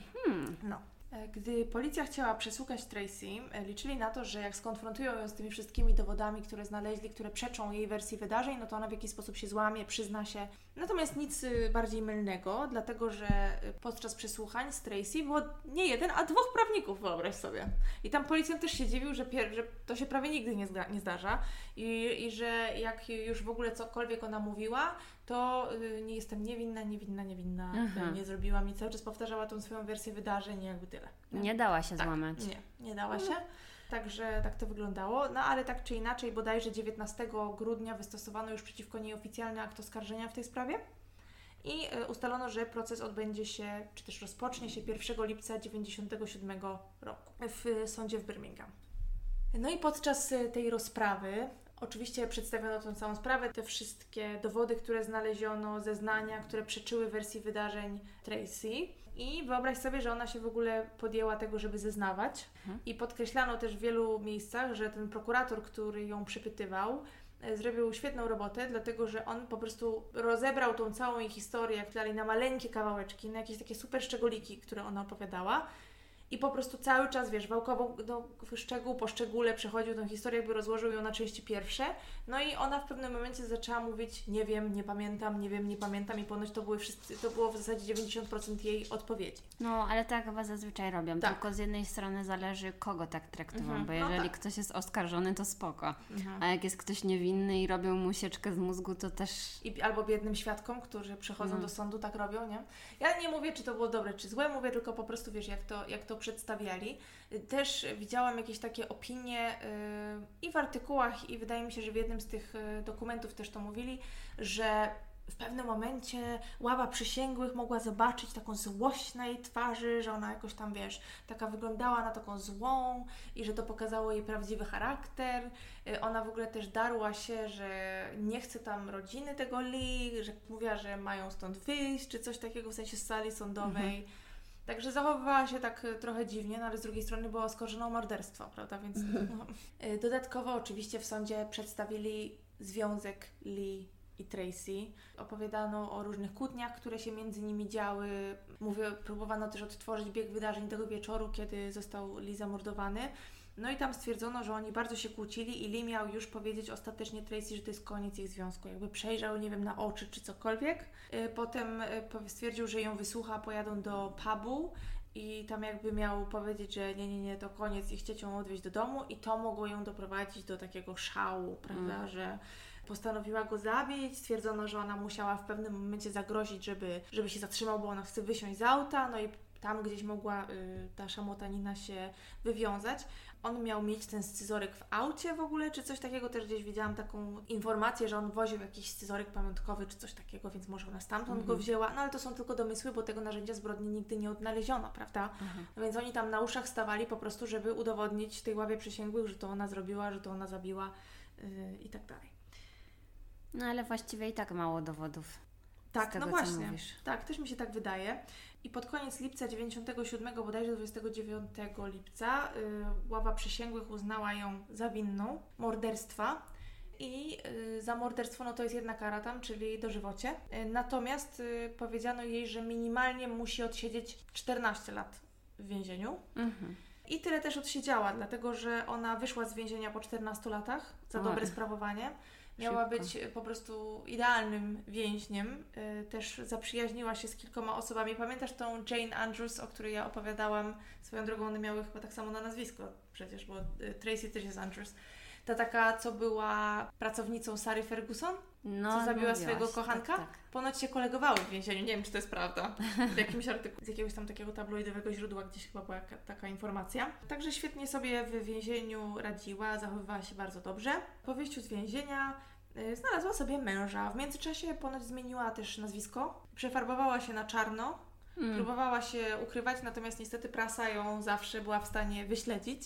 No. Gdy policja chciała przesłuchać Tracy, liczyli na to, że jak skonfrontują ją z tymi wszystkimi dowodami, które znaleźli, które przeczą jej wersji wydarzeń, no to ona w jakiś sposób się złamie, przyzna się. Natomiast nic bardziej mylnego, dlatego że podczas przesłuchań z Tracy było nie jeden, a 2 prawników, wyobraź sobie. I tam policjant też się dziwił, że to się prawie nigdy nie zdarza i że jak już w ogóle cokolwiek ona mówiła, to nie jestem niewinna, nie zrobiłam i cały czas powtarzała tą swoją wersję wydarzeń i jakby tyle. Nie dała się złamać. Nie dała się. Także tak to wyglądało. No ale tak czy inaczej, bodajże 19 grudnia wystosowano już przeciwko niej oficjalny akt oskarżenia w tej sprawie i ustalono, że proces odbędzie się, czy też rozpocznie się 1 lipca 1997 roku w sądzie w Birmingham. No i podczas tej rozprawy oczywiście przedstawiono tą całą sprawę, te wszystkie dowody, które znaleziono, zeznania, które przeczyły wersji wydarzeń Tracy. I wyobraź sobie, że ona się w ogóle podjęła tego, żeby zeznawać. I podkreślano też w wielu miejscach, że ten prokurator, który ją przypytywał, zrobił świetną robotę, dlatego że on po prostu rozebrał tą całą jej historię, jak dalej na maleńkie kawałeczki, na jakieś takie super szczególiki, które ona opowiadała. I po prostu cały czas, wiesz, wałkował szczegół po szczególe, przechodził tą historię, jakby rozłożył ją na części pierwsze. No i ona w pewnym momencie zaczęła mówić, nie wiem, nie pamiętam, nie wiem, nie pamiętam i ponoć to było w zasadzie 90% jej odpowiedzi. No, ale tak chyba zazwyczaj robią, Tak. tylko z jednej strony zależy, kogo tak traktują, bo jeżeli ktoś jest oskarżony, to spoko, a jak jest ktoś niewinny i robią mu sieczkę z mózgu, to też... Albo biednym świadkom, którzy przychodzą do sądu, tak robią, nie? Ja nie mówię, czy to było dobre, czy złe, mówię tylko po prostu, wiesz, jak to przedstawiali. Też widziałam jakieś takie opinie i w artykułach, i wydaje mi się, że w jednym z tych dokumentów też to mówili, że w pewnym momencie ława przysięgłych mogła zobaczyć taką złość na jej twarzy, że ona jakoś tam, wiesz, taka wyglądała na taką złą i że to pokazało jej prawdziwy charakter. Ona w ogóle też darła się, że nie chce tam rodziny tego Lee, że mówiła, że mają stąd wyjść, czy coś takiego, w sensie z sali sądowej. Także zachowywała się tak trochę dziwnie, no ale z drugiej strony była oskarżona o morderstwo, prawda? Więc no. Dodatkowo oczywiście w sądzie przedstawili związek Lee i Tracy. Opowiadano o różnych kłótniach, które się między nimi działy. Próbowano też odtworzyć bieg wydarzeń tego wieczoru, kiedy został Lee zamordowany. No i tam stwierdzono, że oni bardzo się kłócili i Lee miał już powiedzieć ostatecznie Tracy, że to jest koniec ich związku. Jakby przejrzał, nie wiem, na oczy czy cokolwiek. Potem stwierdził, że ją wysłucha, pojadą do pubu i tam jakby miał powiedzieć, że nie, to koniec i chcieć ją odwieźć do domu i to mogło ją doprowadzić do takiego szału, prawda, że postanowiła go zabić. Stwierdzono, że ona musiała w pewnym momencie zagrozić, żeby się zatrzymał, bo ona chce wysiąść z auta, no i tam gdzieś mogła ta szamotanina się wywiązać. On miał mieć ten scyzoryk w aucie w ogóle, czy coś takiego. Też gdzieś widziałam taką informację, że on woził jakiś scyzoryk pamiątkowy, czy coś takiego, więc może ona stamtąd go wzięła. No ale to są tylko domysły, bo tego narzędzia zbrodni nigdy nie odnaleziono, prawda? No więc oni tam na uszach stawali po prostu, żeby udowodnić tej ławie przysięgłych, że to ona zrobiła, że to ona zabiła i tak dalej. No ale właściwie i tak mało dowodów. Tak, tego, no właśnie. Mówisz. Tak, też mi się tak wydaje. I pod koniec lipca 97, bodajże 29 lipca, ława przysięgłych uznała ją za winną morderstwa. I za morderstwo, no to jest jedna kara tam, czyli dożywocie. Natomiast powiedziano jej, że minimalnie musi odsiedzieć 14 lat w więzieniu. I tyle też odsiedziała, dlatego że ona wyszła z więzienia po 14 latach za dobre sprawowanie. Miała być po prostu idealnym więźniem. Też zaprzyjaźniła się z kilkoma osobami. Pamiętasz tą Jane Andrews, o której ja opowiadałam? Swoją drogą one miały chyba tak samo na nazwisko przecież, bo Tracy też jest Andrews. Ta taka, co była pracownicą Sary Ferguson, co zabiła swojego kochanka. Tak. Ponoć się kolegowały w więzieniu. Nie wiem, czy to jest prawda. W jakimś artykule, z jakiegoś tam takiego tabloidowego źródła gdzieś chyba była taka informacja. Także świetnie sobie w więzieniu radziła, zachowywała się bardzo dobrze. Po wyjściu z więzienia znalazła sobie męża. W międzyczasie ponoć zmieniła też nazwisko. Przefarbowała się na czarno. Próbowała się ukrywać, natomiast niestety prasa ją zawsze była w stanie wyśledzić.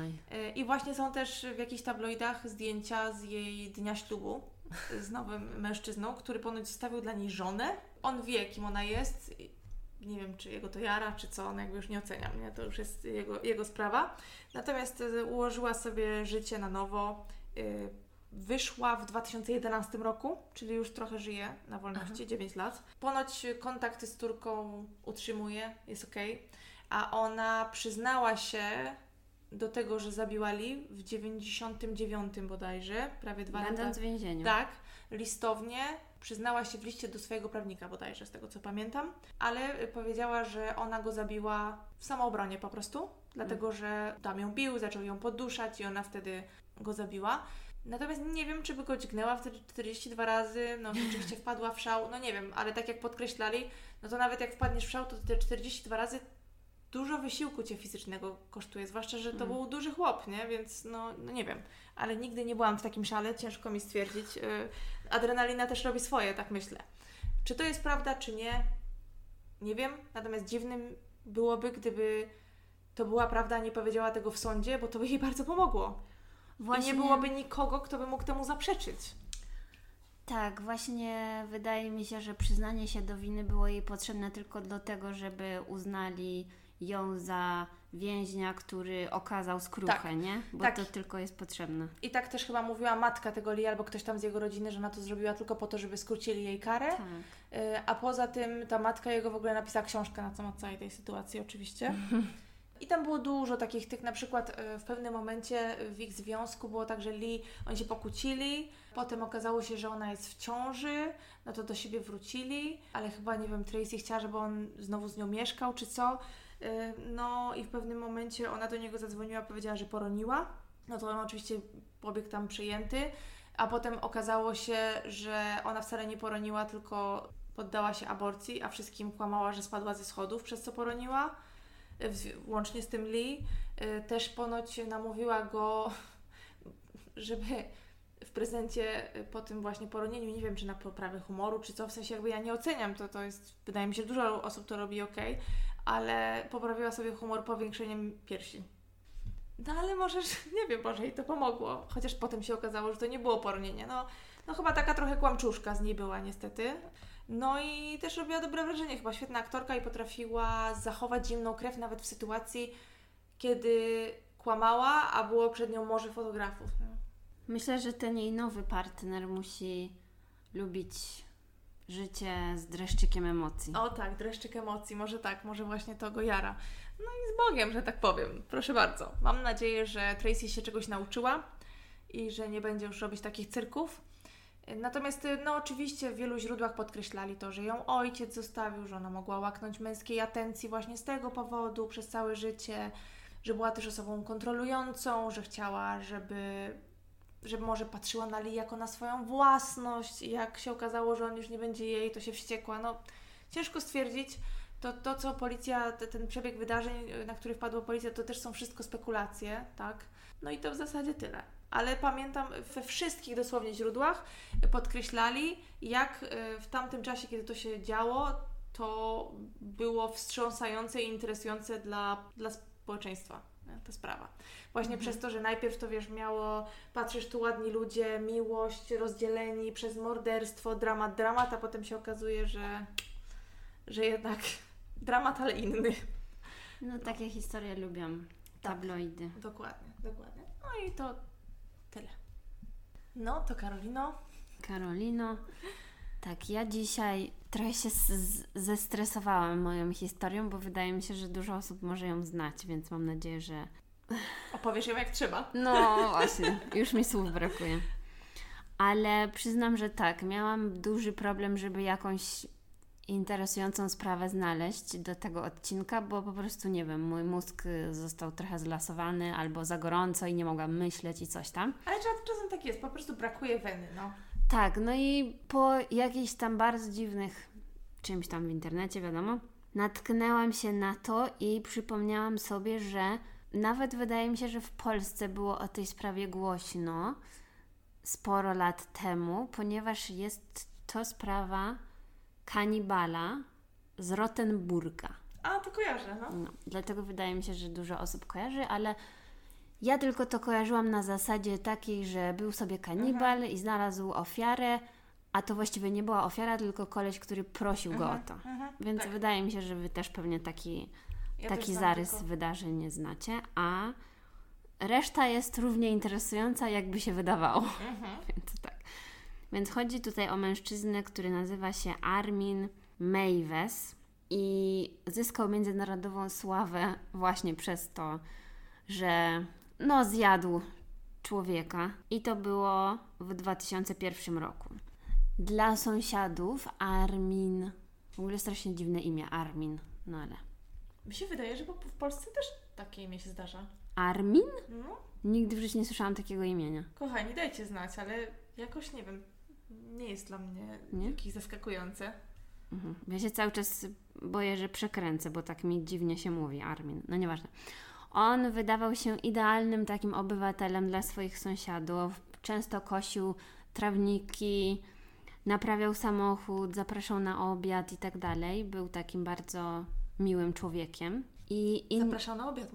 I właśnie są też w jakichś tabloidach zdjęcia z jej dnia ślubu z nowym mężczyzną, który ponoć zostawił dla niej żonę. On wie, kim ona jest. Nie wiem, czy jego to jara, czy co, jakby już nie oceniam, nie? To już jest jego sprawa. Natomiast ułożyła sobie życie na nowo. Wyszła w 2011 roku, czyli już trochę żyje na wolności, 9 lat. Ponoć kontakty z córką utrzymuje, jest okej. A ona przyznała się do tego, że zabiła Lee w 99 bodajże, prawie 2 lata. Będąc w więzieniu. Tak, listownie przyznała się w liście do swojego prawnika bodajże, z tego co pamiętam, ale powiedziała, że ona go zabiła w samoobronie po prostu, dlatego że tam ją bił, zaczął ją poduszać i ona wtedy go zabiła. Natomiast nie wiem, czy by go dźgnęła wtedy 42 razy, no rzeczywiście wpadła w szał, no nie wiem, ale tak jak podkreślali, no to nawet jak wpadniesz w szał, to te 42 razy dużo wysiłku Cię fizycznego kosztuje, zwłaszcza, że to był duży chłop, nie? Więc no nie wiem, ale nigdy nie byłam w takim szale, ciężko mi stwierdzić. Adrenalina też robi swoje, tak myślę. Czy to jest prawda, czy nie? Nie wiem, natomiast dziwnym byłoby, gdyby to była prawda, a nie powiedziała tego w sądzie, bo to by jej bardzo pomogło. Właśnie... I nie byłoby nikogo, kto by mógł temu zaprzeczyć. Tak, właśnie wydaje mi się, że przyznanie się do winy było jej potrzebne tylko do tego, żeby uznali ją za więźnia, który okazał skruchę, nie? Bo to tylko jest potrzebne. I tak też chyba mówiła matka tego Lee albo ktoś tam z jego rodziny, że ona to zrobiła tylko po to, żeby skrócili jej karę. Tak. A poza tym ta matka jego w ogóle napisała książkę na temat całej tej sytuacji oczywiście. I tam było dużo takich tych, na przykład w pewnym momencie w ich związku było tak, że oni się pokłócili, potem okazało się, że ona jest w ciąży, no to do siebie wrócili, ale chyba, nie wiem, Tracy chciała, żeby on znowu z nią mieszkał, czy co. No i w pewnym momencie ona do niego zadzwoniła, powiedziała, że poroniła. No to on oczywiście pobiegł tam przyjęty, a potem okazało się, że ona wcale nie poroniła, tylko poddała się aborcji, a wszystkim kłamała, że spadła ze schodów, przez co poroniła. Łącznie z tym Lee. Też ponoć namówiła go, żeby w prezencie po tym właśnie poronieniu, nie wiem, czy na poprawę humoru, czy co, w sensie jakby ja nie oceniam, to jest, wydaje mi się, dużo osób to robi okej, ale poprawiła sobie humor powiększeniem piersi. No ale możesz, nie wiem, może jej to pomogło, chociaż potem się okazało, że to nie było poronienie. No chyba taka trochę kłamczuszka z niej była niestety. No i też robiła dobre wrażenie, chyba świetna aktorka i potrafiła zachować zimną krew nawet w sytuacji, kiedy kłamała, a było przed nią morze fotografów. No. Myślę, że ten jej nowy partner musi lubić życie z dreszczykiem emocji. O tak, dreszczyk emocji, może tak, może właśnie to go jara. No i z Bogiem, że tak powiem, proszę bardzo. Mam nadzieję, że Tracy się czegoś nauczyła i że nie będzie już robić takich cyrków. Natomiast, no oczywiście w wielu źródłach podkreślali to, że ją ojciec zostawił, że ona mogła łaknąć męskiej atencji właśnie z tego powodu przez całe życie, że była też osobą kontrolującą, że chciała, żeby może patrzyła na Lee jako na swoją własność i jak się okazało, że on już nie będzie jej, to się wściekła. No ciężko stwierdzić. To co policja, ten przebieg wydarzeń, na który wpadła policja, to też są wszystko spekulacje, tak? No i to w zasadzie tyle. Ale pamiętam, we wszystkich dosłownie źródłach podkreślali, jak w tamtym czasie, kiedy to się działo, to było wstrząsające i interesujące dla społeczeństwa, nie? Ta sprawa. Właśnie przez to, że najpierw to miało, patrzysz, tu ładni ludzie, miłość, rozdzieleni przez morderstwo, dramat, a potem się okazuje, że jednak dramat, ale inny. No takie historie lubią tabloidy. Tak, dokładnie. No i to tyle. No to Karolino, tak, ja dzisiaj trochę się zestresowałam moją historią, bo wydaje mi się, że dużo osób może ją znać, więc mam nadzieję, że... Opowiesz ją jak trzeba. No właśnie, już mi słów brakuje. Ale przyznam, że tak, miałam duży problem, żeby jakąś interesującą sprawę znaleźć do tego odcinka, bo po prostu, nie wiem, mój mózg został trochę zlasowany albo za gorąco i nie mogłam myśleć i coś tam. Ale czasem tak jest, po prostu brakuje weny, no. Tak, no i po jakichś tam bardzo dziwnych czymś tam w internecie, wiadomo, natknęłam się na to i przypomniałam sobie, że nawet wydaje mi się, że w Polsce było o tej sprawie głośno sporo lat temu, ponieważ jest to sprawa kanibala z Rottenburga. A, to kojarzę, no. Dlatego wydaje mi się, że dużo osób kojarzy, ale ja tylko to kojarzyłam na zasadzie takiej, że był sobie kanibal i znalazł ofiarę, a to właściwie nie była ofiara, tylko koleś, który prosił go o to. Więc tak. Wydaje mi się, że Wy też pewnie taki zarys wydarzeń nie znacie, a reszta jest równie interesująca, jakby się wydawało. Więc tak. Więc chodzi tutaj o mężczyznę, który nazywa się Armin Meiwes i zyskał międzynarodową sławę właśnie przez to, że zjadł człowieka i to było w 2001 roku. Dla sąsiadów Armin, w ogóle strasznie dziwne imię, Armin, no ale... Mi się wydaje, że w Polsce też takie imię się zdarza. Armin? No. Nigdy w życiu nie słyszałam takiego imienia. Kochani, dajcie znać, ale jakoś, nie wiem, nie jest dla mnie jakieś zaskakujące. Ja się cały czas boję, że przekręcę, bo tak mi dziwnie się mówi, Armin. No nieważne. On wydawał się idealnym takim obywatelem dla swoich sąsiadów. Często kosił trawniki, naprawiał samochód, zapraszał na obiad i tak dalej. Był takim bardzo miłym człowiekiem. Zapraszał na obiad.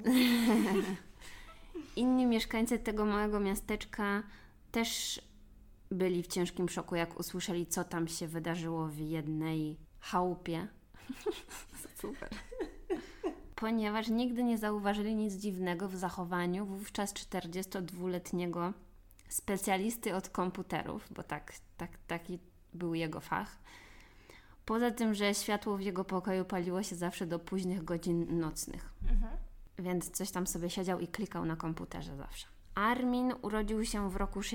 Inni mieszkańcy tego małego miasteczka też byli w ciężkim szoku, jak usłyszeli, co tam się wydarzyło w jednej chałupie. Super. Ponieważ nigdy nie zauważyli nic dziwnego w zachowaniu wówczas 42-letniego specjalisty od komputerów, bo taki był jego fach. Poza tym, że światło w jego pokoju paliło się zawsze do późnych godzin nocnych. więc coś tam sobie siedział i klikał na komputerze zawsze. Armin urodził się w roku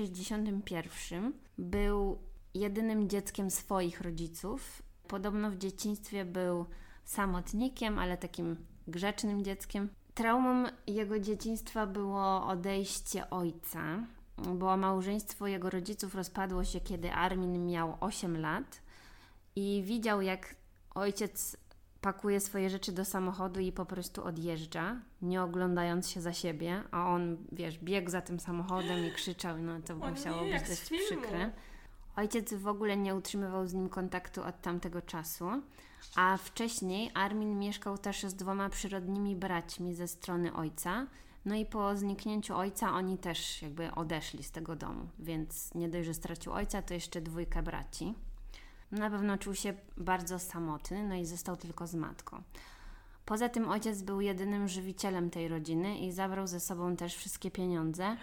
61. Był jedynym dzieckiem swoich rodziców. Podobno w dzieciństwie był samotnikiem, ale takim grzecznym dzieckiem. Traumą jego dzieciństwa było odejście ojca, bo małżeństwo jego rodziców rozpadło się, kiedy Armin miał 8 lat i widział, jak ojciec pakuje swoje rzeczy do samochodu i po prostu odjeżdża, nie oglądając się za siebie, a on, biegł za tym samochodem i krzyczał, no to musiało być dość przykre. Ojciec w ogóle nie utrzymywał z nim kontaktu od tamtego czasu, a wcześniej Armin mieszkał też z 2 przyrodnimi braćmi ze strony ojca, no i po zniknięciu ojca oni też jakby odeszli z tego domu, więc nie dość, że stracił ojca, to jeszcze 2 braci. Na pewno czuł się bardzo samotny, no i został tylko z matką. Poza tym ojciec był jedynym żywicielem tej rodziny i zabrał ze sobą też wszystkie pieniądze,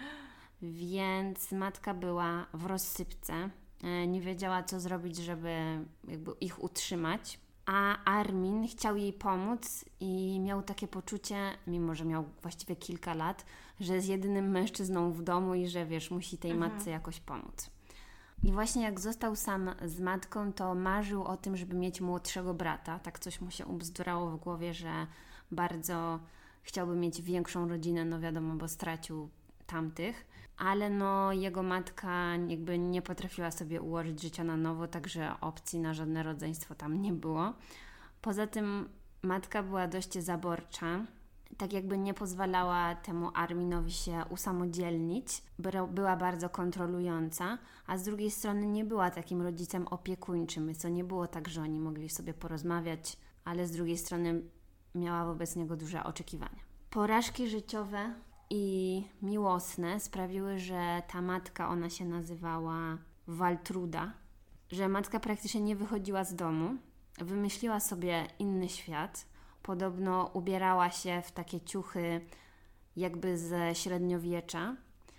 więc matka była w rozsypce, nie wiedziała, co zrobić, żeby jakby ich utrzymać. A Armin chciał jej pomóc i miał takie poczucie, mimo że miał właściwie kilka lat, że jest jedynym mężczyzną w domu i że musi tej matce jakoś pomóc. I właśnie jak został sam z matką, to marzył o tym, żeby mieć młodszego brata. Tak coś mu się ubzdurało w głowie, że bardzo chciałby mieć większą rodzinę, no wiadomo, bo stracił tamtych. Ale no jego matka jakby nie potrafiła sobie ułożyć życia na nowo, także opcji na żadne rodzeństwo tam nie było. Poza tym matka była dość zaborcza, tak jakby nie pozwalała temu Arminowi się usamodzielnić, była bardzo kontrolująca, a z drugiej strony nie była takim rodzicem opiekuńczym, co nie było tak, że oni mogli sobie porozmawiać, ale z drugiej strony miała wobec niego duże oczekiwania. Porażki życiowe i miłosne sprawiły, że ta matka, ona się nazywała Waltruda, że matka praktycznie nie wychodziła z domu, wymyśliła sobie inny świat. Podobno ubierała się w takie ciuchy jakby ze średniowiecza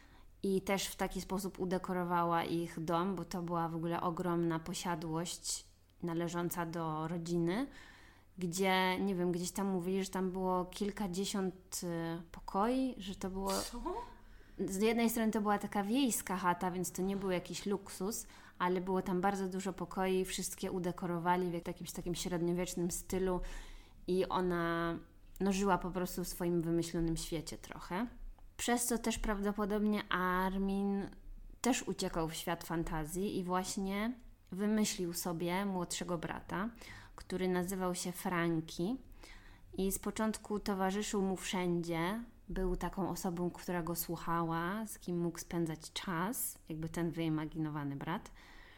i też w taki sposób udekorowała ich dom, bo to była w ogóle ogromna posiadłość należąca do rodziny, gdzie, nie wiem, gdzieś tam mówili, że tam było kilkadziesiąt pokoi, że to było... Co? Z jednej strony to była taka wiejska chata, więc to nie był jakiś luksus, ale było tam bardzo dużo pokoi, wszystkie udekorowali w jakimś takim średniowiecznym stylu i ona żyła po prostu w swoim wymyślonym świecie trochę. Przez co też prawdopodobnie Armin też uciekał w świat fantazji i właśnie wymyślił sobie młodszego brata, który nazywał się Franki i z początku towarzyszył mu wszędzie. Był taką osobą, która go słuchała, z kim mógł spędzać czas, jakby ten wyimaginowany brat.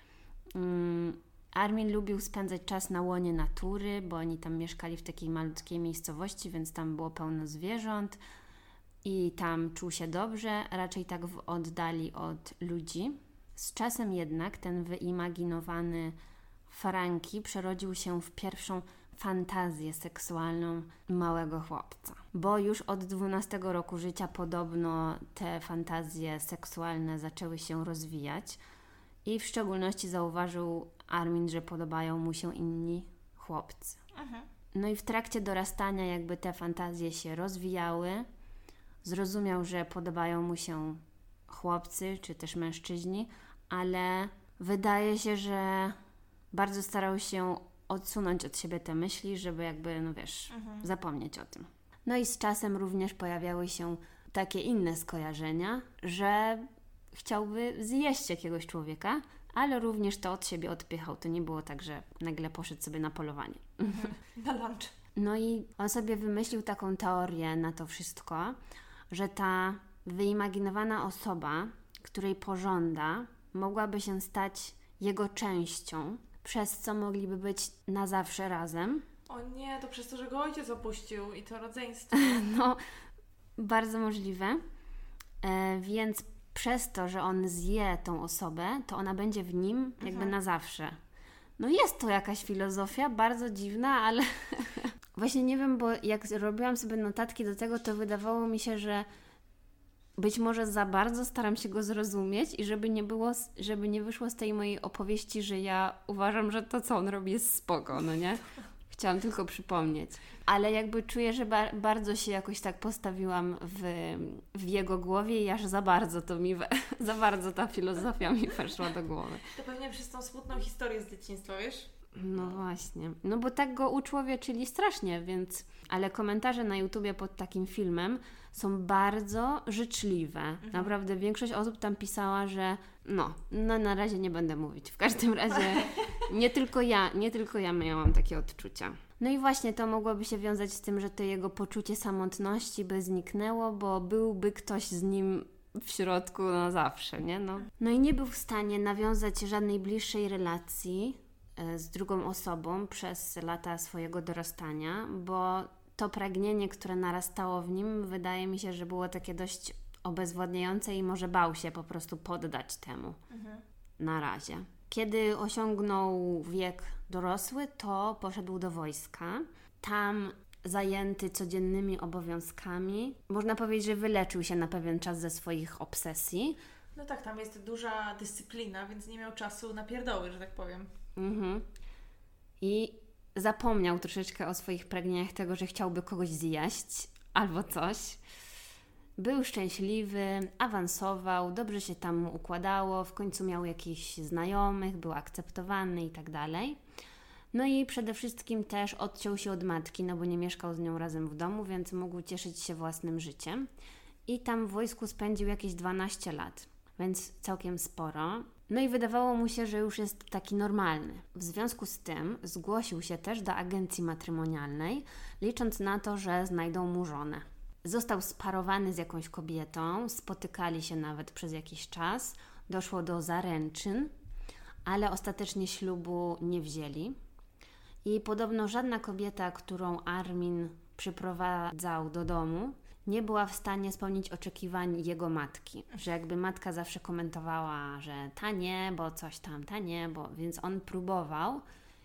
Armin lubił spędzać czas na łonie natury, bo oni tam mieszkali w takiej malutkiej miejscowości, więc tam było pełno zwierząt i tam czuł się dobrze, raczej tak w oddali od ludzi. Z czasem jednak ten wyimaginowany Franki przerodził się w pierwszą fantazję seksualną małego chłopca. Bo już od 12 roku życia podobno te fantazje seksualne zaczęły się rozwijać i w szczególności zauważył Armin, że podobają mu się inni chłopcy. No i w trakcie dorastania jakby te fantazje się rozwijały. Zrozumiał, że podobają mu się chłopcy czy też mężczyźni, ale wydaje się, że bardzo starał się odsunąć od siebie te myśli, żeby jakby, zapomnieć o tym. No i z czasem również pojawiały się takie inne skojarzenia, że chciałby zjeść jakiegoś człowieka, ale również to od siebie odpychał. To nie było tak, że nagle poszedł sobie na polowanie. Na lunch. No i on sobie wymyślił taką teorię na to wszystko, że ta wyimaginowana osoba, której pożąda, mogłaby się stać jego częścią, przez co mogliby być na zawsze razem. O nie, to przez to, że go ojciec opuścił i to rodzeństwo. No, bardzo możliwe. Więc przez to, że on zje tą osobę, to ona będzie w nim jakby na zawsze. No jest to jakaś filozofia, bardzo dziwna, ale właśnie nie wiem, bo jak robiłam sobie notatki do tego, to wydawało mi się, że być może za bardzo staram się go zrozumieć i żeby nie wyszło z tej mojej opowieści, że ja uważam, że to, co on robi, jest spoko, no nie? Chciałam tylko przypomnieć. Ale jakby czuję, że bardzo się jakoś tak postawiłam w jego głowie i aż za bardzo za bardzo ta filozofia mi weszła do głowy. To pewnie przez tą smutną historię z dzieciństwa, wiesz? No właśnie. No bo tak go uczłowieczyli strasznie, więc... Ale komentarze na YouTubie pod takim filmem są bardzo życzliwe. Naprawdę większość osób tam pisała, że no na razie nie będę mówić. W każdym razie nie tylko ja miałam takie odczucia. No i właśnie to mogłoby się wiązać z tym, że to jego poczucie samotności by zniknęło, bo byłby ktoś z nim w środku na zawsze, nie? No i nie był w stanie nawiązać żadnej bliższej relacji z drugą osobą przez lata swojego dorastania, bo to pragnienie, które narastało w nim, wydaje mi się, że było takie dość obezwładniające i może bał się po prostu poddać temu na razie. Kiedy osiągnął wiek dorosły, to poszedł do wojska. Tam zajęty codziennymi obowiązkami, można powiedzieć, że wyleczył się na pewien czas ze swoich obsesji. No tak, tam jest duża dyscyplina, więc nie miał czasu na pierdoły, że tak powiem. I zapomniał troszeczkę o swoich pragnieniach tego, że chciałby kogoś zjeść albo coś. Był szczęśliwy, awansował, dobrze się tam mu układało, w końcu miał jakichś znajomych, był akceptowany i tak dalej. No i przede wszystkim też odciął się od matki, no bo nie mieszkał z nią razem w domu, więc mógł cieszyć się własnym życiem. I tam w wojsku spędził jakieś 12 lat, więc całkiem sporo. No i wydawało mu się, że już jest taki normalny. W związku z tym zgłosił się też do agencji matrymonialnej, licząc na to, że znajdą mu żonę. Został sparowany z jakąś kobietą, spotykali się nawet przez jakiś czas, doszło do zaręczyn, ale ostatecznie ślubu nie wzięli. I podobno żadna kobieta, którą Armin przyprowadzał do domu, nie była w stanie spełnić oczekiwań jego matki. Że jakby matka zawsze komentowała, że ta nie, bo coś tam, ta nie, więc on próbował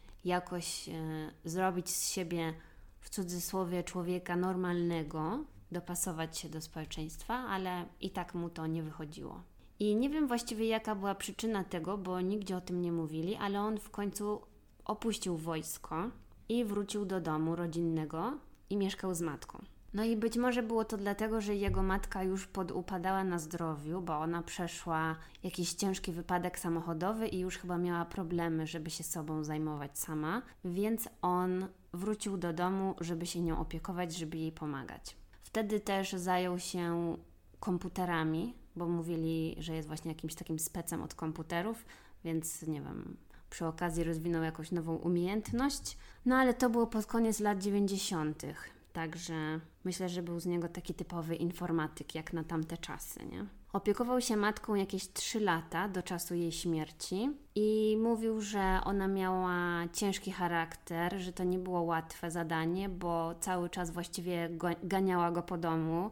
jakoś zrobić z siebie, w cudzysłowie, człowieka normalnego, dopasować się do społeczeństwa, ale i tak mu to nie wychodziło. I nie wiem właściwie, jaka była przyczyna tego, bo nigdzie o tym nie mówili, ale on w końcu opuścił wojsko i wrócił do domu rodzinnego i mieszkał z matką. No i być może było to dlatego, że jego matka już podupadała na zdrowiu, bo ona przeszła jakiś ciężki wypadek samochodowy i już chyba miała problemy, żeby się sobą zajmować sama, więc on wrócił do domu, żeby się nią opiekować, żeby jej pomagać. Wtedy też zajął się komputerami, bo mówili, że jest właśnie jakimś takim specem od komputerów, więc nie wiem, przy okazji rozwinął jakąś nową umiejętność. No ale to było pod koniec lat 90. Także myślę, że był z niego taki typowy informatyk, jak na tamte czasy, nie? Opiekował się matką jakieś 3 lata do czasu jej śmierci i mówił, że ona miała ciężki charakter, że to nie było łatwe zadanie, bo cały czas właściwie ganiała go po domu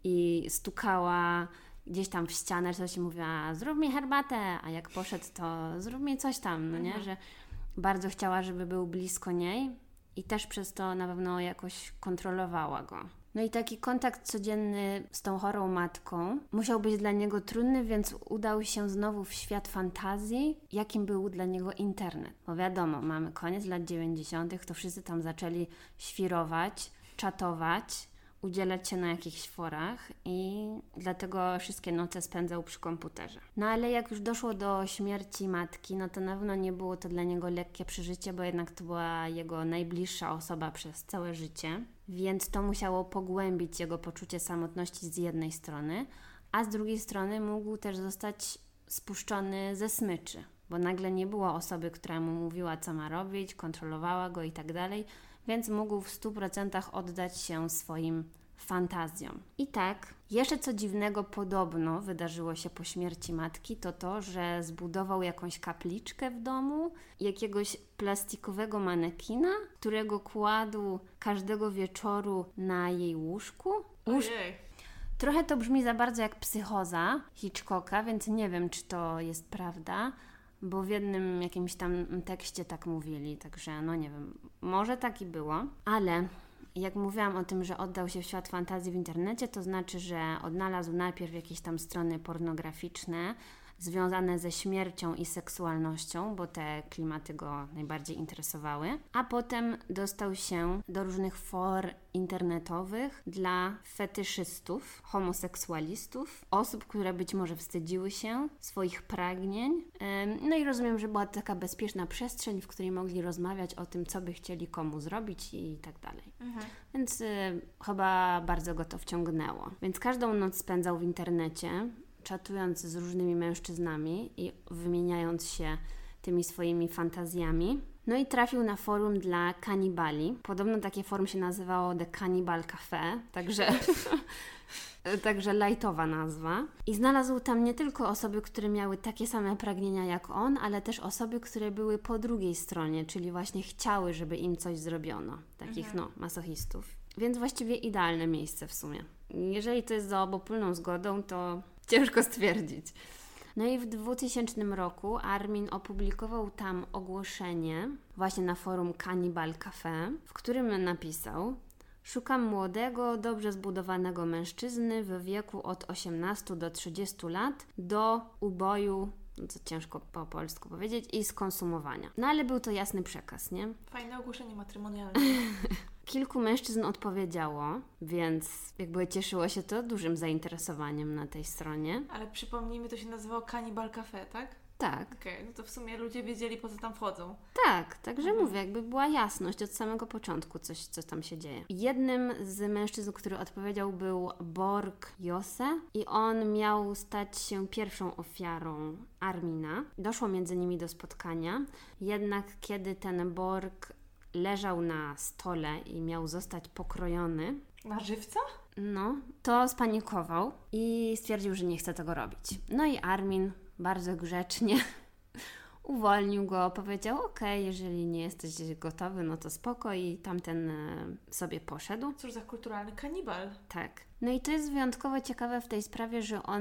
i stukała gdzieś tam w ścianę, coś i mówiła, zrób mi herbatę, a jak poszedł, to zrób mi coś tam, no nie? Że bardzo chciała, żeby był blisko niej i też przez to na pewno jakoś kontrolowała go. No i taki kontakt codzienny z tą chorą matką musiał być dla niego trudny, więc udał się znowu w świat fantazji, jakim był dla niego internet. Bo wiadomo, mamy koniec lat 90., to wszyscy tam zaczęli świrować, czatować, udzielać się na jakichś forach i dlatego wszystkie noce spędzał przy komputerze. No ale jak już doszło do śmierci matki, no to na pewno nie było to dla niego lekkie przeżycie, bo jednak to była jego najbliższa osoba przez całe życie, więc to musiało pogłębić jego poczucie samotności z jednej strony, a z drugiej strony mógł też zostać spuszczony ze smyczy, bo nagle nie było osoby, która mu mówiła, co ma robić, kontrolowała go i tak dalej, więc mógł w 100% oddać się swoim fantazjom. I tak, jeszcze co dziwnego podobno wydarzyło się po śmierci matki, to, że zbudował jakąś kapliczkę w domu, jakiegoś plastikowego manekina, którego kładł każdego wieczoru na jej łóżku. Ojej. Trochę to brzmi za bardzo jak Psychoza Hitchcocka, więc nie wiem, czy to jest prawda, bo w jednym jakimś tam tekście tak mówili, także no nie wiem, może tak i było, ale jak mówiłam o tym, że oddał się w świat fantazji w internecie, to znaczy, że odnalazł najpierw jakieś tam strony pornograficzne, związane ze śmiercią i seksualnością, bo te klimaty go najbardziej interesowały. A potem dostał się do różnych for internetowych dla fetyszystów, homoseksualistów, osób, które być może wstydziły się swoich pragnień. No i rozumiem, że była to taka bezpieczna przestrzeń, w której mogli rozmawiać o tym, co by chcieli komu zrobić i tak dalej. Więc chyba bardzo go to wciągnęło. Więc każdą noc spędzał w internecie, czatując z różnymi mężczyznami i wymieniając się tymi swoimi fantazjami. No i trafił na forum dla kanibali. Podobno takie forum się nazywało The Cannibal Cafe, także lajtowa nazwa. I znalazł tam nie tylko osoby, które miały takie same pragnienia jak on, ale też osoby, które były po drugiej stronie, czyli właśnie chciały, żeby im coś zrobiono. Takich masochistów. Więc właściwie idealne miejsce w sumie. Jeżeli to jest za obopólną zgodą, to ciężko stwierdzić. No i w 2000 roku Armin opublikował tam ogłoszenie właśnie na forum Cannibal Cafe, w którym napisał: szukam młodego, dobrze zbudowanego mężczyzny w wieku od 18 do 30 lat do uboju, co ciężko po polsku powiedzieć, i skonsumowania. No ale był to jasny przekaz, nie? Fajne ogłoszenie matrymonialne. Kilku mężczyzn odpowiedziało, więc jakby cieszyło się to dużym zainteresowaniem na tej stronie. Ale przypomnijmy, to się nazywało Cannibal Cafe, tak? Tak. Okej, no to w sumie ludzie wiedzieli, po co tam wchodzą. Tak, także mówię, jakby była jasność od samego początku, co tam się dzieje. Jednym z mężczyzn, który odpowiedział, był Borg Josse i on miał stać się pierwszą ofiarą Armina. Doszło między nimi do spotkania, jednak kiedy ten Borg leżał na stole i miał zostać pokrojony. Na żywca? No, to spanikował i stwierdził, że nie chce tego robić. No i Armin bardzo grzecznie uwolnił go, powiedział: okej, jeżeli nie jesteś gotowy, no to spoko, i tamten sobie poszedł. Cóż za kulturalny kanibal. Tak. No i to jest wyjątkowo ciekawe w tej sprawie, że on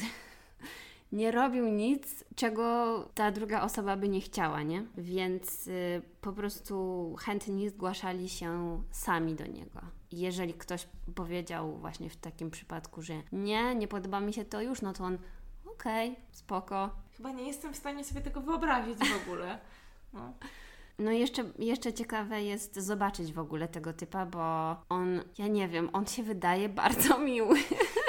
nie robił nic, czego ta druga osoba by nie chciała, nie? Więc po prostu chętni zgłaszali się sami do niego. Jeżeli ktoś powiedział właśnie w takim przypadku, że nie podoba mi się to już, no to on: okej, spoko. Chyba nie jestem w stanie sobie tego wyobrazić w ogóle. No jeszcze ciekawe jest zobaczyć w ogóle tego typa, bo on, ja nie wiem, on się wydaje bardzo miły.